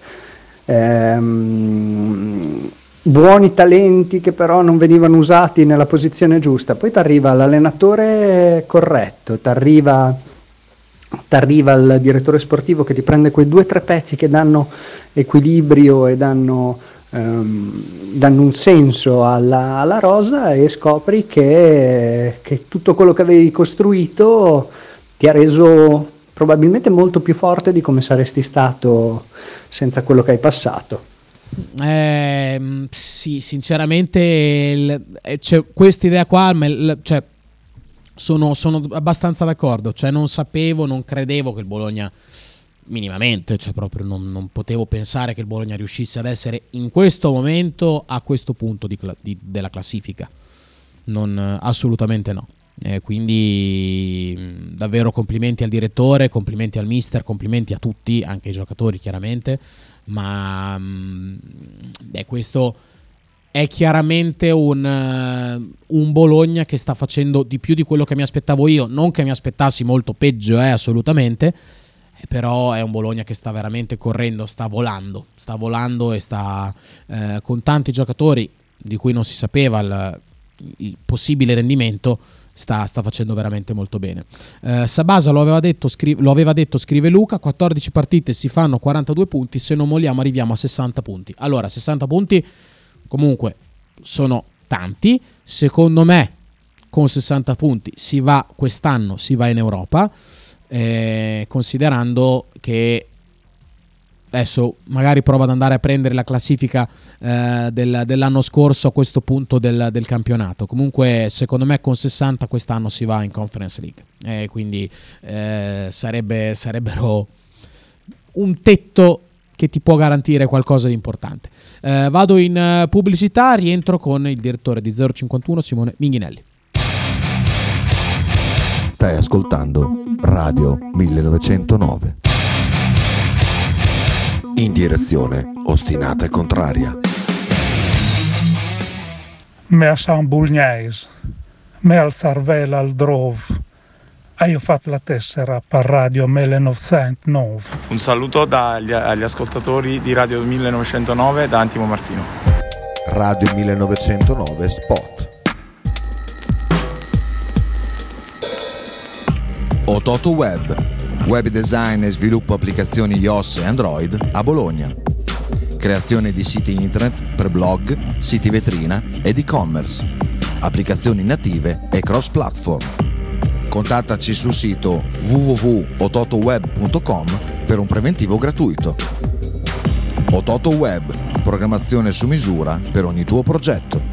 ehm, buoni talenti che però non venivano usati nella posizione giusta. Poi ti arriva l'allenatore corretto, ti arriva t'arriva il direttore sportivo che ti prende quei due o tre pezzi che danno equilibrio e danno, ehm, danno un senso alla, alla rosa, e scopri che, che tutto quello che avevi costruito ti ha reso probabilmente molto più forte di come saresti stato senza quello che hai passato. Eh, sì, sinceramente il, c'è questa idea qua, me- cioè Sono, sono abbastanza d'accordo, cioè non sapevo, non credevo che il Bologna minimamente, cioè proprio non, non potevo pensare che il Bologna riuscisse ad essere in questo momento a questo punto di, di, della classifica, non, assolutamente no. Eh, quindi mh, davvero complimenti al direttore, complimenti al mister, complimenti a tutti, anche ai giocatori chiaramente, ma mh, beh, questo è chiaramente un, uh, un Bologna che sta facendo di più di quello che mi aspettavo io, non che mi aspettassi molto peggio, eh, assolutamente, eh, però è un Bologna che sta veramente correndo, sta volando, sta volando e sta eh, con tanti giocatori di cui non si sapeva il, il possibile rendimento, sta, sta facendo veramente molto bene. eh, Sabasa lo aveva detto, scri- lo aveva detto, scrive Luca, quattordici partite si fanno quarantadue punti, se non molliamo arriviamo a sessanta punti. Allora, sessanta punti comunque sono tanti, secondo me con sessanta punti si va quest'anno, si va in Europa, eh, considerando che adesso magari prova ad andare a prendere la classifica eh, del, dell'anno scorso a questo punto del, del campionato. Comunque secondo me con sessanta quest'anno si va in Conference League, eh, quindi eh, sarebbe, sarebbero un tetto che ti può garantire qualcosa di importante. Eh, vado in uh, pubblicità, rientro con il direttore di zero cinquantuno Simone Minghinelli. Stai ascoltando Radio millenovecentonove. In direzione ostinata e contraria. Me a San Bulgnais, me al Sarvela al Drove. Io ho fatto la tessera per Radio millenovecentonove. Un saluto dagli, agli ascoltatori di Radio millenovecentonove da Antimo Martino. Radio millenovecentonove Spot. Ototo Web, web design e sviluppo applicazioni iOS e Android a Bologna. Creazione di siti internet per blog, siti vetrina ed e-commerce, applicazioni native e cross-platform. Contattaci sul sito w w w punto ototoweb punto com per un preventivo gratuito. Ototo Web, programmazione su misura per ogni tuo progetto.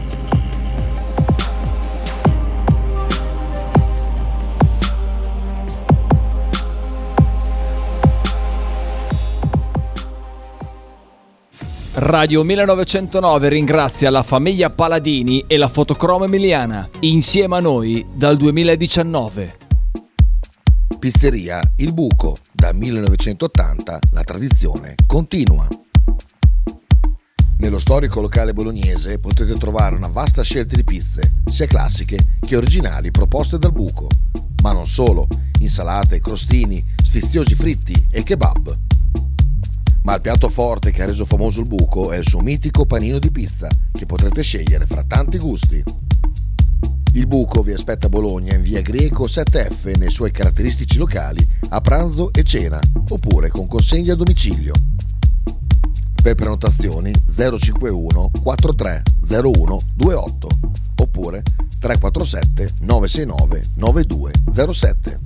Radio millenovecentonove ringrazia la famiglia Paladini e la Fotocromo Emiliana, insieme a noi dal duemiladiciannove. Pizzeria Il Buco, dal millenovecentottanta la tradizione continua. Nello storico locale bolognese potete trovare una vasta scelta di pizze, sia classiche che originali proposte dal Buco, ma non solo, insalate, crostini, sfiziosi fritti e kebab. Ma il piatto forte che ha reso famoso il Buco è il suo mitico panino di pizza, che potrete scegliere fra tanti gusti. Il Buco vi aspetta a Bologna in via Greco sette F nei suoi caratteristici locali a pranzo e cena, oppure con consegna a domicilio. Per prenotazioni zero cinquantuno quarantatré zero uno ventotto oppure tre quattro sette nove sei nove nove due zero sette.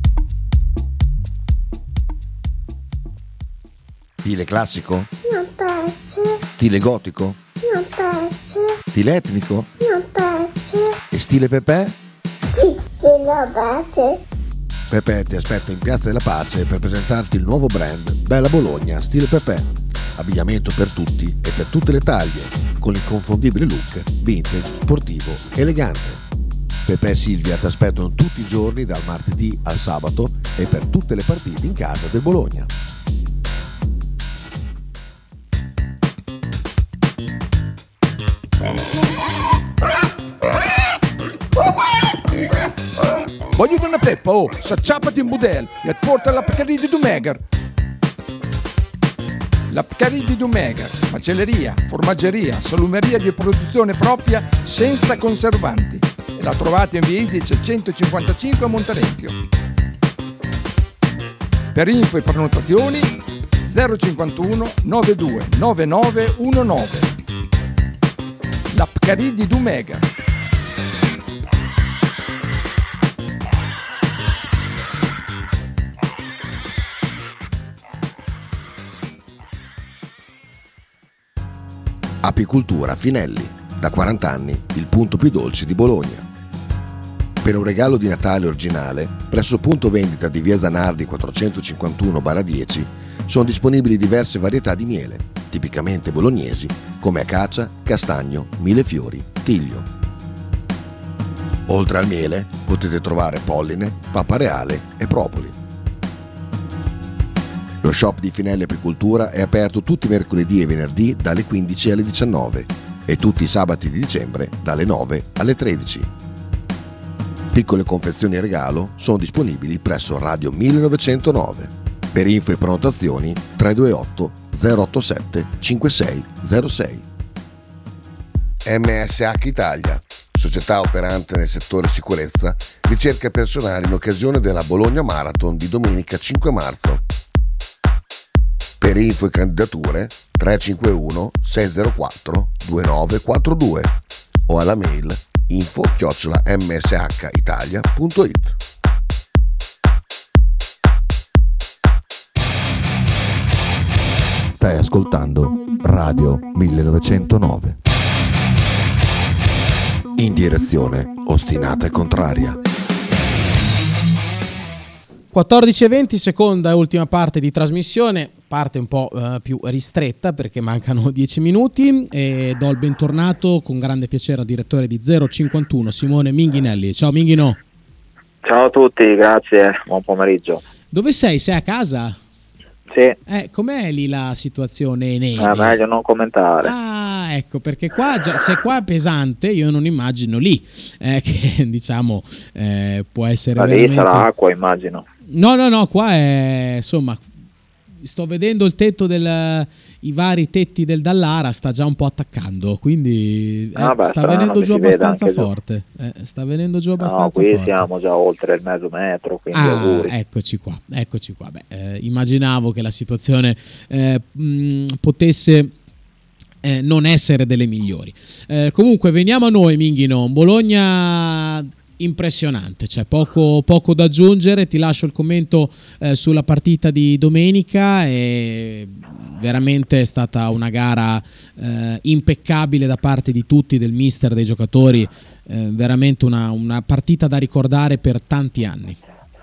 Stile classico? Non piace. Stile gotico? Non piace. Stile etnico? Non piace. E stile Pepe? Sì, lo piace. Pepe ti aspetta in Piazza della Pace per presentarti il nuovo brand Bella Bologna Stile Pepe. Abbigliamento per tutti e per tutte le taglie, con l'inconfondibile look vintage, sportivo, elegante. Pepe e Silvia ti aspettano tutti i giorni dal martedì al sabato e per tutte le partite in casa del Bologna. Voglio una peppa, oh, s'acciappati in budel e porta la Pcaridi di Dumegar. La Pcaridi di Dumegar, macelleria, formaggeria, salumeria di produzione propria senza conservanti. E la trovate in via Idice centocinquantacinque a Monterezio. Per info e prenotazioni zero cinquantuno novantadue novantanove diciannove. La Pcaridi di Dumegar. Apicultura Finelli, da quaranta anni il punto più dolce di Bologna. Per un regalo di Natale originale, presso il punto vendita di via Zanardi quattrocentocinquantuno dieci sono disponibili diverse varietà di miele, tipicamente bolognesi, come acacia, castagno, millefiori, tiglio. Oltre al miele potete trovare polline, pappa reale e propoli. Lo shop di Finelli Apicoltura è aperto tutti i mercoledì e venerdì dalle quindici alle diciannove e tutti i sabati di dicembre dalle nove alle tredici. Piccole confezioni e regalo sono disponibili presso Radio millenovecentonove. Per info e prenotazioni tre due otto zero otto sette cinque sei zero sei. M S H Italia, società operante nel settore sicurezza, ricerca personale in occasione della Bologna Marathon di domenica cinque marzo. Per info e candidature tre cinque uno sei zero quattro due nove quattro due o alla mail info chiocciola m s h italia punto i t. Stai ascoltando Radio millenovecentonove. In direzione ostinata e contraria. quattordici e venti, seconda e ultima parte di trasmissione, parte un po' uh, più ristretta perché mancano dieci minuti e do il bentornato con grande piacere al direttore di zero cinquantuno Simone Minghinelli. Ciao Minghino. Ciao a tutti, grazie, buon pomeriggio. Dove sei? Sei a casa? Sì. Eh, com'è lì la situazione neve? È meglio non commentare. Ah, ecco, perché qua già, se qua è pesante, io non immagino lì, eh, che diciamo eh, può essere Ma lì veramente... sarà acqua, immagino. No, no, no, qua è, insomma, sto vedendo il tetto del... i vari tetti del Dallara, sta già un po' attaccando, quindi eh, Ah, beh, sta strano, venendo che giù si vede abbastanza anche giù. forte. Eh, sta venendo giù No, abbastanza qui forte. siamo già oltre il mezzo metro, quindi Ah, auguri. eccoci qua, eccoci qua. Beh, eh, immaginavo che la situazione eh, mh, potesse eh, non essere delle migliori. Eh, comunque, veniamo a noi, Minghino. Bologna impressionante, c'è poco, poco da aggiungere. Ti lascio il commento eh, sulla partita di domenica. E veramente è stata una gara eh, impeccabile da parte di tutti, del mister, dei giocatori. Eh, veramente una, una partita da ricordare per tanti anni.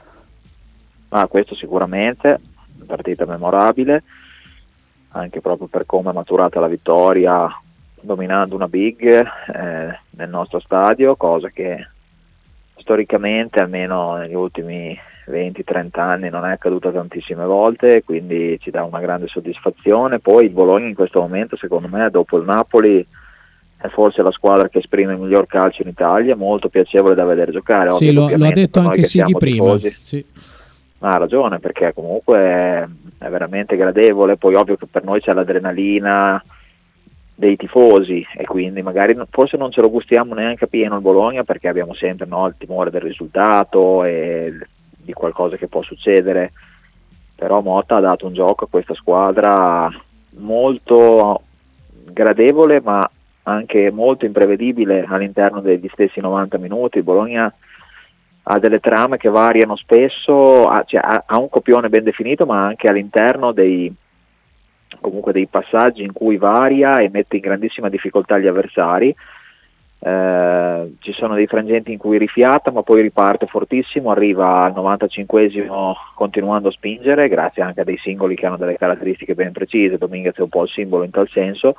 Ah, questo sicuramente, partita memorabile, anche proprio per come è maturata la vittoria, dominando una big eh, nel nostro stadio, cosa che storicamente, almeno negli ultimi venti trenta anni, non è accaduta tantissime volte, quindi ci dà una grande soddisfazione. Poi il Bologna in questo momento, secondo me, dopo il Napoli, è forse la squadra che esprime il miglior calcio in Italia, molto piacevole da vedere giocare. Sì, lo, lo ha detto anche Sighi prima. Sì. Ma ha ragione, perché comunque è, è veramente gradevole. Poi ovvio che per noi c'è l'adrenalina dei tifosi e quindi magari forse non ce lo gustiamo neanche a pieno il Bologna, perché abbiamo sempre, no, il timore del risultato e di qualcosa che può succedere, però Motta ha dato un gioco a questa squadra molto gradevole ma anche molto imprevedibile all'interno degli stessi novanta minuti. Il Bologna ha delle trame che variano spesso, ha, cioè, ha, ha un copione ben definito, ma anche all'interno dei comunque dei passaggi in cui varia e mette in grandissima difficoltà gli avversari. Eh, ci sono dei frangenti in cui rifiata ma poi riparte fortissimo, arriva al novantacinquesimo continuando a spingere, grazie anche a dei singoli che hanno delle caratteristiche ben precise. Dominguez è un po' il simbolo in tal senso.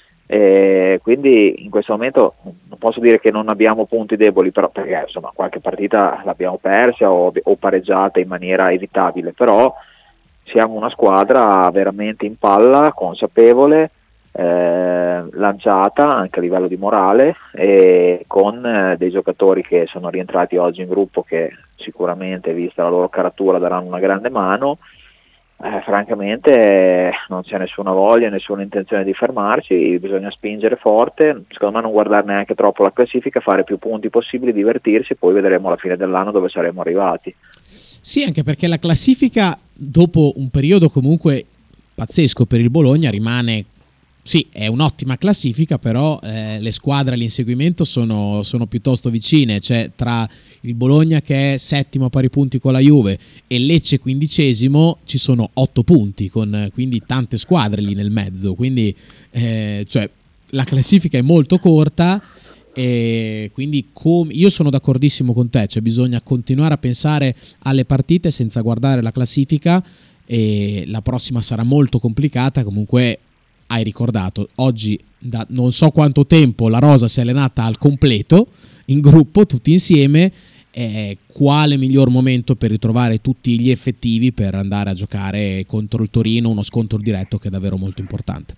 E quindi in questo momento non posso dire che non abbiamo punti deboli, però, perché insomma qualche partita l'abbiamo persa o, o pareggiata in maniera evitabile, però siamo una squadra veramente in palla, consapevole, eh, lanciata anche a livello di morale, e con eh, dei giocatori che sono rientrati oggi in gruppo che sicuramente, vista la loro caratura, daranno una grande mano. Eh, francamente eh, non c'è nessuna voglia, nessuna intenzione di fermarci, bisogna spingere forte, secondo me non guardare neanche troppo la classifica, fare più punti possibili, divertirsi, poi vedremo alla fine dell'anno dove saremo arrivati. Sì, anche perché la classifica, dopo un periodo comunque pazzesco per il Bologna, rimane... Sì, è un'ottima classifica, però eh, le squadre all'inseguimento sono, sono piuttosto vicine. Cioè, tra il Bologna, che è settimo a pari punti con la Juve, e Lecce quindicesimo, ci sono otto punti, con quindi tante squadre lì nel mezzo. Quindi eh, cioè, la classifica è molto corta, e quindi com- io sono d'accordissimo con te. Cioè, bisogna continuare a pensare alle partite senza guardare la classifica, e la prossima sarà molto complicata. Comunque hai ricordato, oggi da non so quanto tempo la rosa si è allenata al completo, in gruppo, tutti insieme. Eh, quale miglior momento per ritrovare tutti gli effettivi per andare a giocare contro il Torino, uno scontro diretto che è davvero molto importante.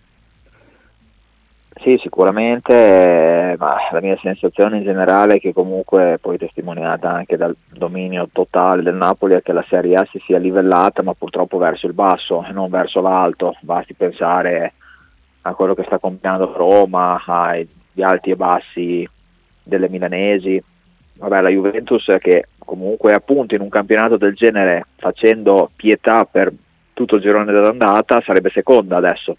Sì, sicuramente, ma la mia sensazione in generale è che comunque, poi testimoniata anche dal dominio totale del Napoli, è che la Serie A si sia livellata, ma purtroppo verso il basso e non verso l'alto. Basti pensare a quello che sta combinando Roma, agli alti e bassi delle milanesi. Vabbè, la Juventus, che comunque appunto in un campionato del genere, facendo pietà per tutto il girone dell'andata, sarebbe seconda adesso,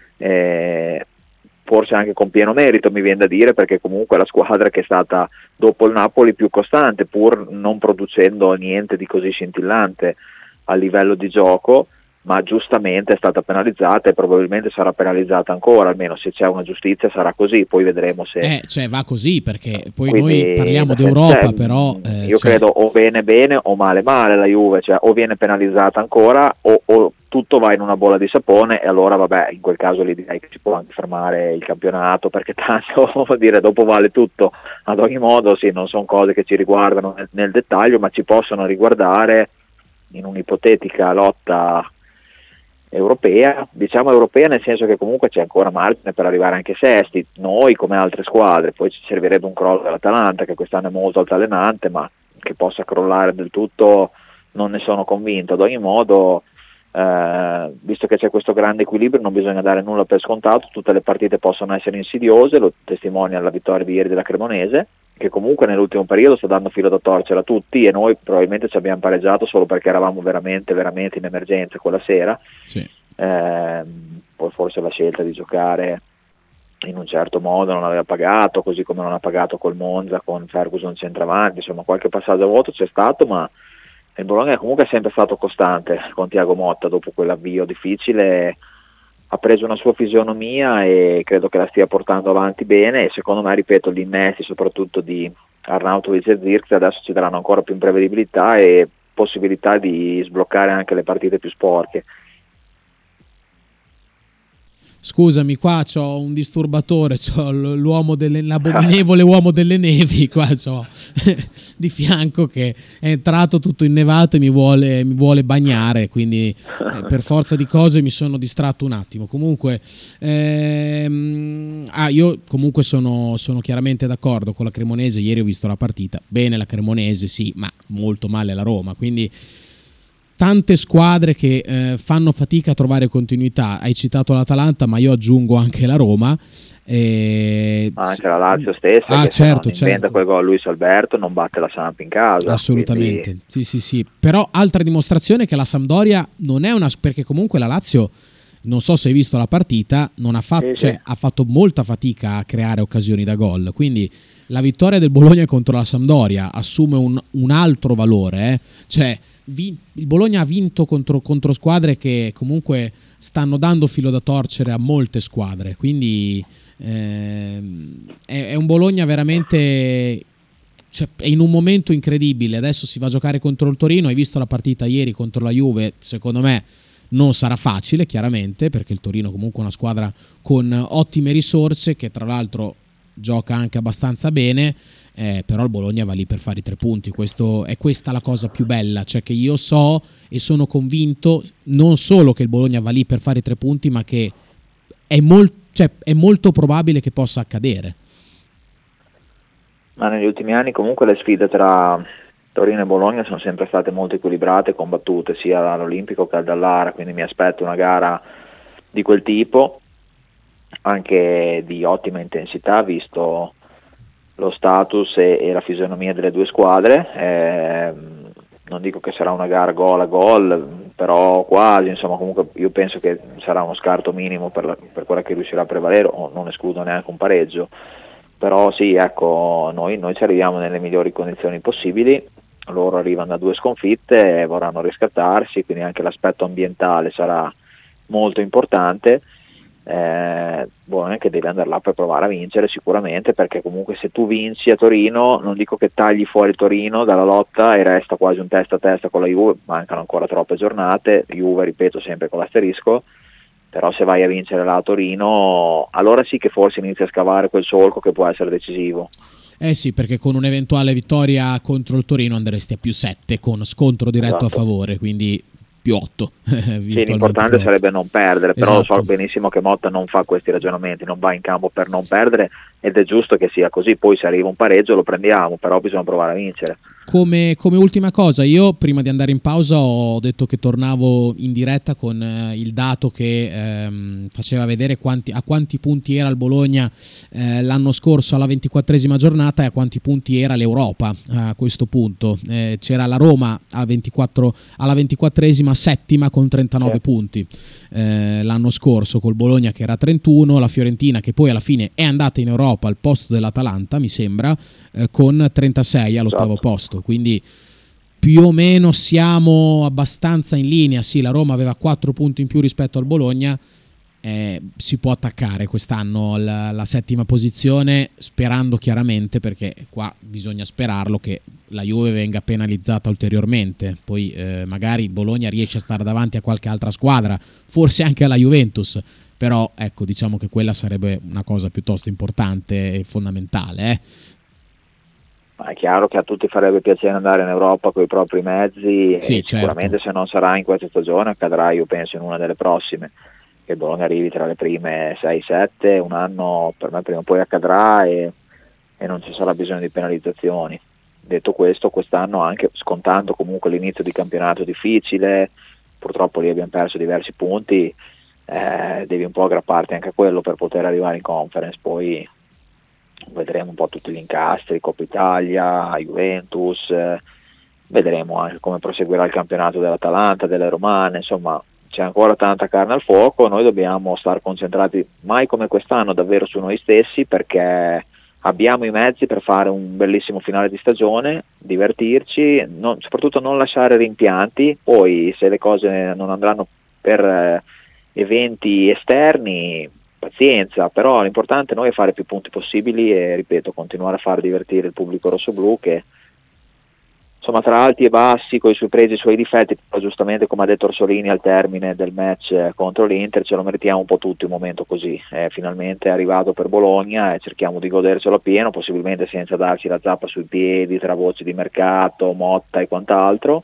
e forse anche con pieno merito, mi viene da dire, perché comunque è la squadra che è stata dopo il Napoli più costante, pur non producendo niente di così scintillante a livello di gioco, ma giustamente è stata penalizzata e probabilmente sarà penalizzata ancora, almeno se c'è una giustizia sarà così, poi vedremo se... Eh, cioè va così, perché poi Quindi, noi parliamo cioè, d'Europa, però... Eh, io cioè... credo o bene bene o male male la Juve, cioè o viene penalizzata ancora o, o tutto va in una bolla di sapone, e allora vabbè, in quel caso lì direi che si può anche fermare il campionato, perché tanto vuol dire dopo vale tutto. Ad ogni modo sì, non sono cose che ci riguardano nel, nel dettaglio, ma ci possono riguardare in un'ipotetica lotta europea, diciamo europea nel senso che comunque c'è ancora margine per arrivare anche sesti, noi come altre squadre. Poi ci servirebbe un crollo dell'Atalanta, che quest'anno è molto altalenante, ma che possa crollare del tutto non ne sono convinto. Ad ogni modo, eh, visto che c'è questo grande equilibrio, non bisogna dare nulla per scontato, tutte le partite possono essere insidiose, lo testimonia la vittoria di ieri della Cremonese, che comunque nell'ultimo periodo sta dando filo da torcere a tutti, e noi probabilmente ci abbiamo pareggiato solo perché eravamo veramente veramente in emergenza quella sera. Sì. Eh, poi forse la scelta di giocare in un certo modo non aveva pagato, così come non ha pagato col Monza con Ferguson centravanti, insomma qualche passaggio a vuoto c'è stato, ma il Bologna comunque è sempre stato costante con Thiago Motta. Dopo quell'avvio difficile ha preso una sua fisionomia e credo che la stia portando avanti bene, e secondo me, ripeto, gli innesti soprattutto di Arnautovic e Zirkzee adesso ci daranno ancora più imprevedibilità e possibilità di sbloccare anche le partite più sporche. Scusami, qua c'ho un disturbatore, c'ho l'uomo delle, l'abominevole uomo delle nevi qua c'ho di fianco, che è entrato tutto innevato e mi vuole, mi vuole bagnare, quindi eh, per forza di cose mi sono distratto un attimo. Comunque ehm, ah, io comunque sono, sono chiaramente d'accordo con la Cremonese. Ieri ho visto la partita, bene la Cremonese sì, ma molto male la Roma, quindi tante squadre che eh, fanno fatica a trovare continuità. Hai citato l'Atalanta, ma io aggiungo anche la Roma. E... Ma anche la Lazio stessa, ah, che certo, se non inventa certo. quel gol Luis Alberto non batte la Samp in casa. Assolutamente, quindi... sì sì sì. Però altra dimostrazione che la Sampdoria non è una... perché comunque la Lazio, non so se hai visto la partita, non ha fatto, sì, cioè, sì. ha fatto molta fatica a creare occasioni da gol. Quindi la vittoria del Bologna contro la Sampdoria assume un, un altro valore, eh? Cioè vi, il Bologna ha vinto contro, contro squadre che comunque stanno dando filo da torcere a molte squadre, quindi ehm, è, è un Bologna veramente, cioè, è in un momento incredibile. Adesso si va a giocare contro il Torino. Hai visto la partita ieri contro la Juve? Secondo me non sarà facile, chiaramente, perché il Torino comunque è una squadra con ottime risorse, che tra l'altro gioca anche abbastanza bene, eh, però il Bologna va lì per fare i tre punti. Questo, è questa la cosa più bella, cioè che io so e sono convinto non solo che il Bologna va lì per fare i tre punti, ma che è, mol- cioè, è molto probabile che possa accadere. Ma negli ultimi anni comunque le sfide tra Torino e Bologna sono sempre state molto equilibrate e combattute, sia all'Olimpico che al Dallara, quindi mi aspetto una gara di quel tipo, anche di ottima intensità, visto lo status e, e la fisionomia delle due squadre. Eh, non dico che sarà una gara gol a gol, però quasi, insomma, comunque io penso che sarà uno scarto minimo per, la, per quella che riuscirà a prevalere, o non escludo neanche un pareggio. Però sì, ecco, noi, noi ci arriviamo nelle migliori condizioni possibili, loro arrivano da due sconfitte e vorranno riscattarsi, quindi anche l'aspetto ambientale sarà molto importante. Eh, Bologna che deve andare là per provare a vincere sicuramente, perché comunque se tu vinci a Torino, non dico che tagli fuori Torino dalla lotta e resta quasi un testa a testa con la Juve, mancano ancora troppe giornate, Juve ripeto sempre con l'asterisco, però se vai a vincere là a Torino allora sì che forse inizi a scavare quel solco che può essere decisivo. Eh sì, perché con un'eventuale vittoria contro il Torino andresti a più sette con scontro diretto, esatto, a favore, quindi più otto. Sì, l'importante più sarebbe non perdere, però esatto, lo so benissimo che Motta non fa questi ragionamenti, non va in campo per non perdere ed è giusto che sia così. Poi se arriva un pareggio lo prendiamo, però bisogna provare a vincere. Come, come ultima cosa, io prima di andare in pausa ho detto che tornavo in diretta con eh, il dato che ehm, faceva vedere quanti, a quanti punti era il Bologna eh, l'anno scorso alla ventiquattresima giornata e a quanti punti era l'Europa a questo punto. Eh, c'era la Roma a ventiquattro, alla ventiquattresima settima con trentanove sì. punti eh, l'anno scorso, col Bologna che era a trentuno, la Fiorentina che poi alla fine è andata in Europa al posto dell'Atalanta mi sembra eh, con trentasei all'ottavo esatto. posto. Quindi più o meno siamo abbastanza in linea. Sì, la Roma aveva quattro punti in più rispetto al Bologna, eh, si può attaccare quest'anno la, la settima posizione, sperando chiaramente, perché qua bisogna sperarlo, che la Juve venga penalizzata ulteriormente. Poi eh, magari il Bologna riesce a stare davanti a qualche altra squadra, forse anche alla Juventus, però ecco, diciamo che quella sarebbe una cosa piuttosto importante e fondamentale, eh. Ma è chiaro che a tutti farebbe piacere andare in Europa con i propri mezzi, sì, e sicuramente certo. Se non sarà in questa stagione accadrà, io penso, in una delle prossime, che il Bologna arrivi tra le prime sei sette, un anno per me prima o poi accadrà e, e non ci sarà bisogno di penalizzazioni. Detto questo, quest'anno, anche scontando comunque l'inizio di campionato difficile, purtroppo lì abbiamo perso diversi punti, eh, devi un po' aggrapparti anche a quello per poter arrivare in Conference. Poi vedremo un po' tutti gli incastri, Coppa Italia, Juventus, eh, vedremo anche come proseguirà il campionato dell'Atalanta, delle Romane, insomma c'è ancora tanta carne al fuoco. Noi dobbiamo stare concentrati mai come quest'anno davvero su noi stessi, perché abbiamo i mezzi per fare un bellissimo finale di stagione, divertirci, non, soprattutto non lasciare rimpianti. Poi se le cose non andranno per eh, eventi esterni, pazienza, però l'importante noi è fare più punti possibili e, ripeto, continuare a far divertire il pubblico rossoblu, che insomma tra alti e bassi, con i suoi pregi e i suoi difetti, però giustamente come ha detto Orsolini al termine del match contro l'Inter, ce lo meritiamo un po' tutti un momento così. Eh, finalmente è arrivato per Bologna e cerchiamo di godercelo a pieno, possibilmente senza darci la zappa sui piedi tra voci di mercato, Motta e quant'altro,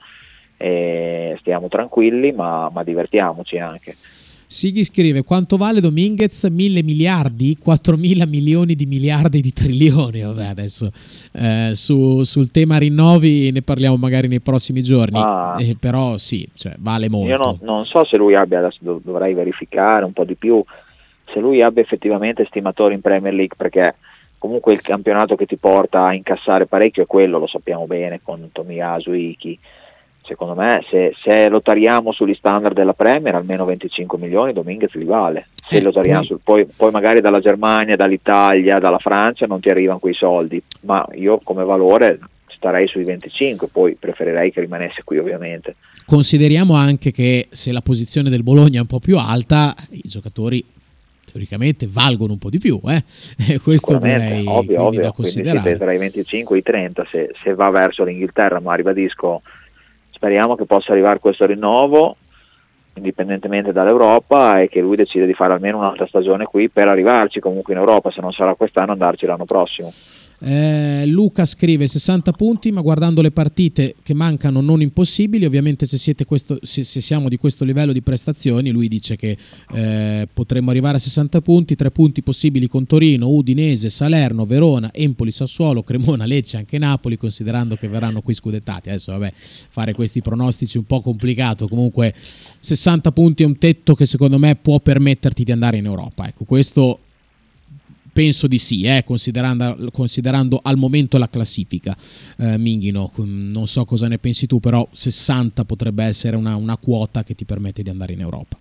e stiamo tranquilli, ma, ma divertiamoci anche. Sighi scrive: quanto vale Dominguez? Mille miliardi? quattromila milioni di miliardi di trilioni. Vabbè, adesso eh, su, sul tema rinnovi ne parliamo magari nei prossimi giorni, ah, eh, però sì, cioè, vale molto. Io no, non so se lui abbia, adesso dov- dovrei verificare un po' di più, se lui abbia effettivamente stimatori in Premier League, perché comunque il campionato che ti porta a incassare parecchio è quello, lo sappiamo bene, con Tomiyasu, Iki. Secondo me se, se lottariamo sugli standard della Premier almeno venticinque milioni Dominguez li vale. Se eh, lottariamo poi... sul, poi, poi magari dalla Germania, dall'Italia, dalla Francia non ti arrivano quei soldi, ma io come valore starei sui venticinque, poi preferirei che rimanesse qui ovviamente. Consideriamo anche che se la posizione del Bologna è un po' più alta, i giocatori teoricamente valgono un po' di più, eh? Questo direi ovvio, ovvio. Da considerare. Quindi tra i venticinque e i trenta se, se va verso l'Inghilterra, ma ribadisco, speriamo che possa arrivare questo rinnovo indipendentemente dall'Europa e che lui decida di fare almeno un'altra stagione qui per arrivarci comunque in Europa, se non sarà quest'anno andarci l'anno prossimo. Eh, Luca scrive sessanta punti, ma guardando le partite che mancano non impossibili, ovviamente se, siete questo, se, se siamo di questo livello di prestazioni, lui dice che eh, potremmo arrivare a sessanta punti, tre punti possibili con Torino, Udinese, Salerno, Verona, Empoli, Sassuolo, Cremona, Lecce, anche Napoli, considerando che verranno qui scudettati. Adesso vabbè, fare questi pronostici è un po' complicato, comunque sessanta punti è un tetto che secondo me può permetterti di andare in Europa, ecco, questo penso di sì, eh, considerando, considerando al momento la classifica. eh, Minghino, non so cosa ne pensi tu, però sessanta potrebbe essere una, una quota che ti permette di andare in Europa.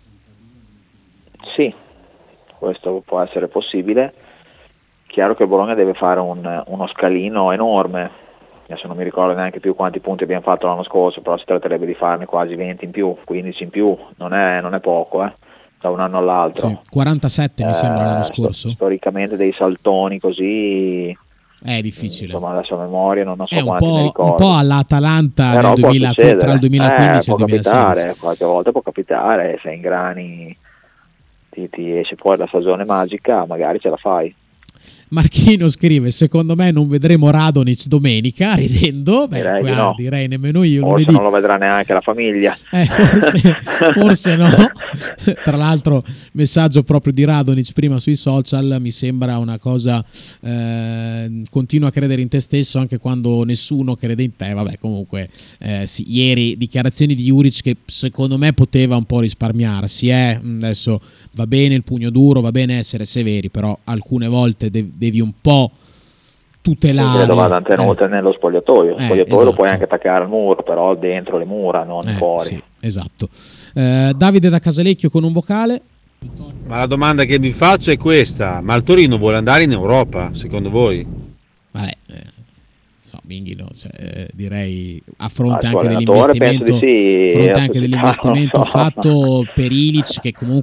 Sì, questo può essere possibile. Chiaro che il Bologna deve fare un, uno scalino enorme, adesso non mi ricordo neanche più quanti punti abbiamo fatto l'anno scorso, però si tratterebbe di farne quasi venti in più, quindici in più, non è, non è poco, eh. Da un anno all'altro. Sì, quarantasette mi sembra l'anno scorso. Eh, storicamente dei saltoni così è difficile. Insomma, adesso a memoria non so è quanti un ne po', ricordo. un po' all'Atalanta nel duemila, tra il duemilaquindici eh, e il duemilasedici. Capitare, qualche volta può capitare, se ingrani ti, ti esce fuori la stagione magica, magari ce la fai. Marchino scrive: secondo me non vedremo Radonic domenica, ridendo. Beh, direi, qua, no. direi nemmeno io. Forse lunedì non lo vedrà neanche la famiglia. Eh, forse, forse no. Tra l'altro messaggio proprio di Radonic prima sui social, mi sembra una cosa, eh, continua a credere in te stesso anche quando nessuno crede in te. Vabbè, comunque eh, sì, ieri dichiarazioni di Juric che secondo me poteva un po' risparmiarsi, eh. Adesso va bene il pugno duro, va bene essere severi, però alcune volte devi devi un po' tutelare. Credo vadano tenute eh. nello spogliatoio. Lo eh, spogliatoio esatto. lo puoi anche attaccare al muro, però dentro le mura, non eh, fuori. Sì, esatto. Eh, Davide da Casalecchio con un vocale. Ma la domanda che vi faccio è questa: ma il Torino vuole andare in Europa, secondo voi? Vabbè, eh, so, Minghino, cioè, eh, direi a fronte ah, anche dell'investimento, sì, fronte anche dell'investimento so. fatto per Ilic, che comunque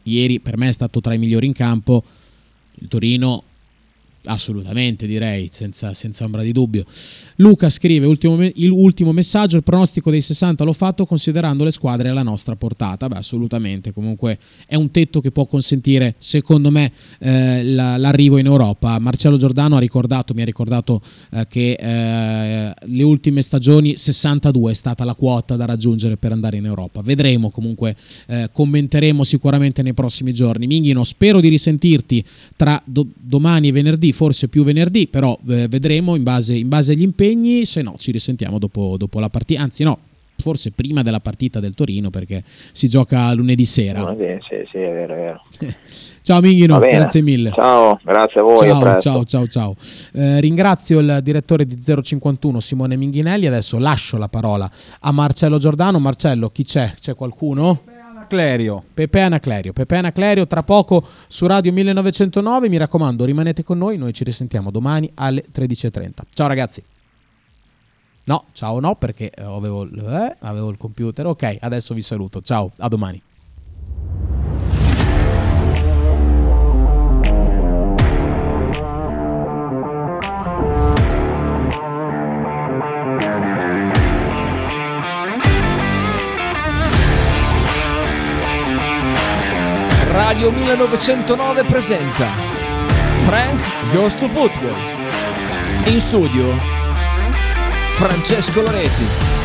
ieri per me è stato tra i migliori in campo. Il Torino assolutamente, direi, senza, senza ombra di dubbio. Luca scrive, ultimo, il ultimo messaggio, il pronostico dei sessanta l'ho fatto considerando le squadre alla nostra portata. Beh, assolutamente, comunque è un tetto che può consentire, secondo me, eh, la, l'arrivo in Europa. Marcello Giordano ha ricordato, mi ha ricordato eh, che eh, le ultime stagioni sessantadue è stata la quota da raggiungere per andare in Europa. Vedremo, comunque eh, commenteremo sicuramente nei prossimi giorni. Minghino, spero di risentirti tra do- domani e venerdì, forse più venerdì, però eh, vedremo in base, in base agli impegni, se no ci risentiamo dopo, dopo la partita, anzi no, forse prima della partita del Torino, perché si gioca lunedì sera. No, sì, sì, è vero, è vero. Ciao Minghino, grazie mille. Ciao, grazie a voi. Ciao, a ciao, ciao, ciao. Eh, ringrazio il direttore di zero cinquantuno Simone Minghinelli, adesso lascio la parola a Marcello Giordano. Marcello, chi c'è? C'è qualcuno? Clerio. Pepe Anaclerio. Pepe Anaclerio tra poco su Radio millenovecentonove. Mi raccomando, rimanete con noi, noi ci risentiamo domani alle tredici e trenta. Ciao ragazzi. No, ciao no, perché avevo, eh, avevo il computer. Ok, adesso vi saluto. Ciao, a domani. Radio millenovecentonove presenta Frank Goes to Football. In studio Francesco Loreti.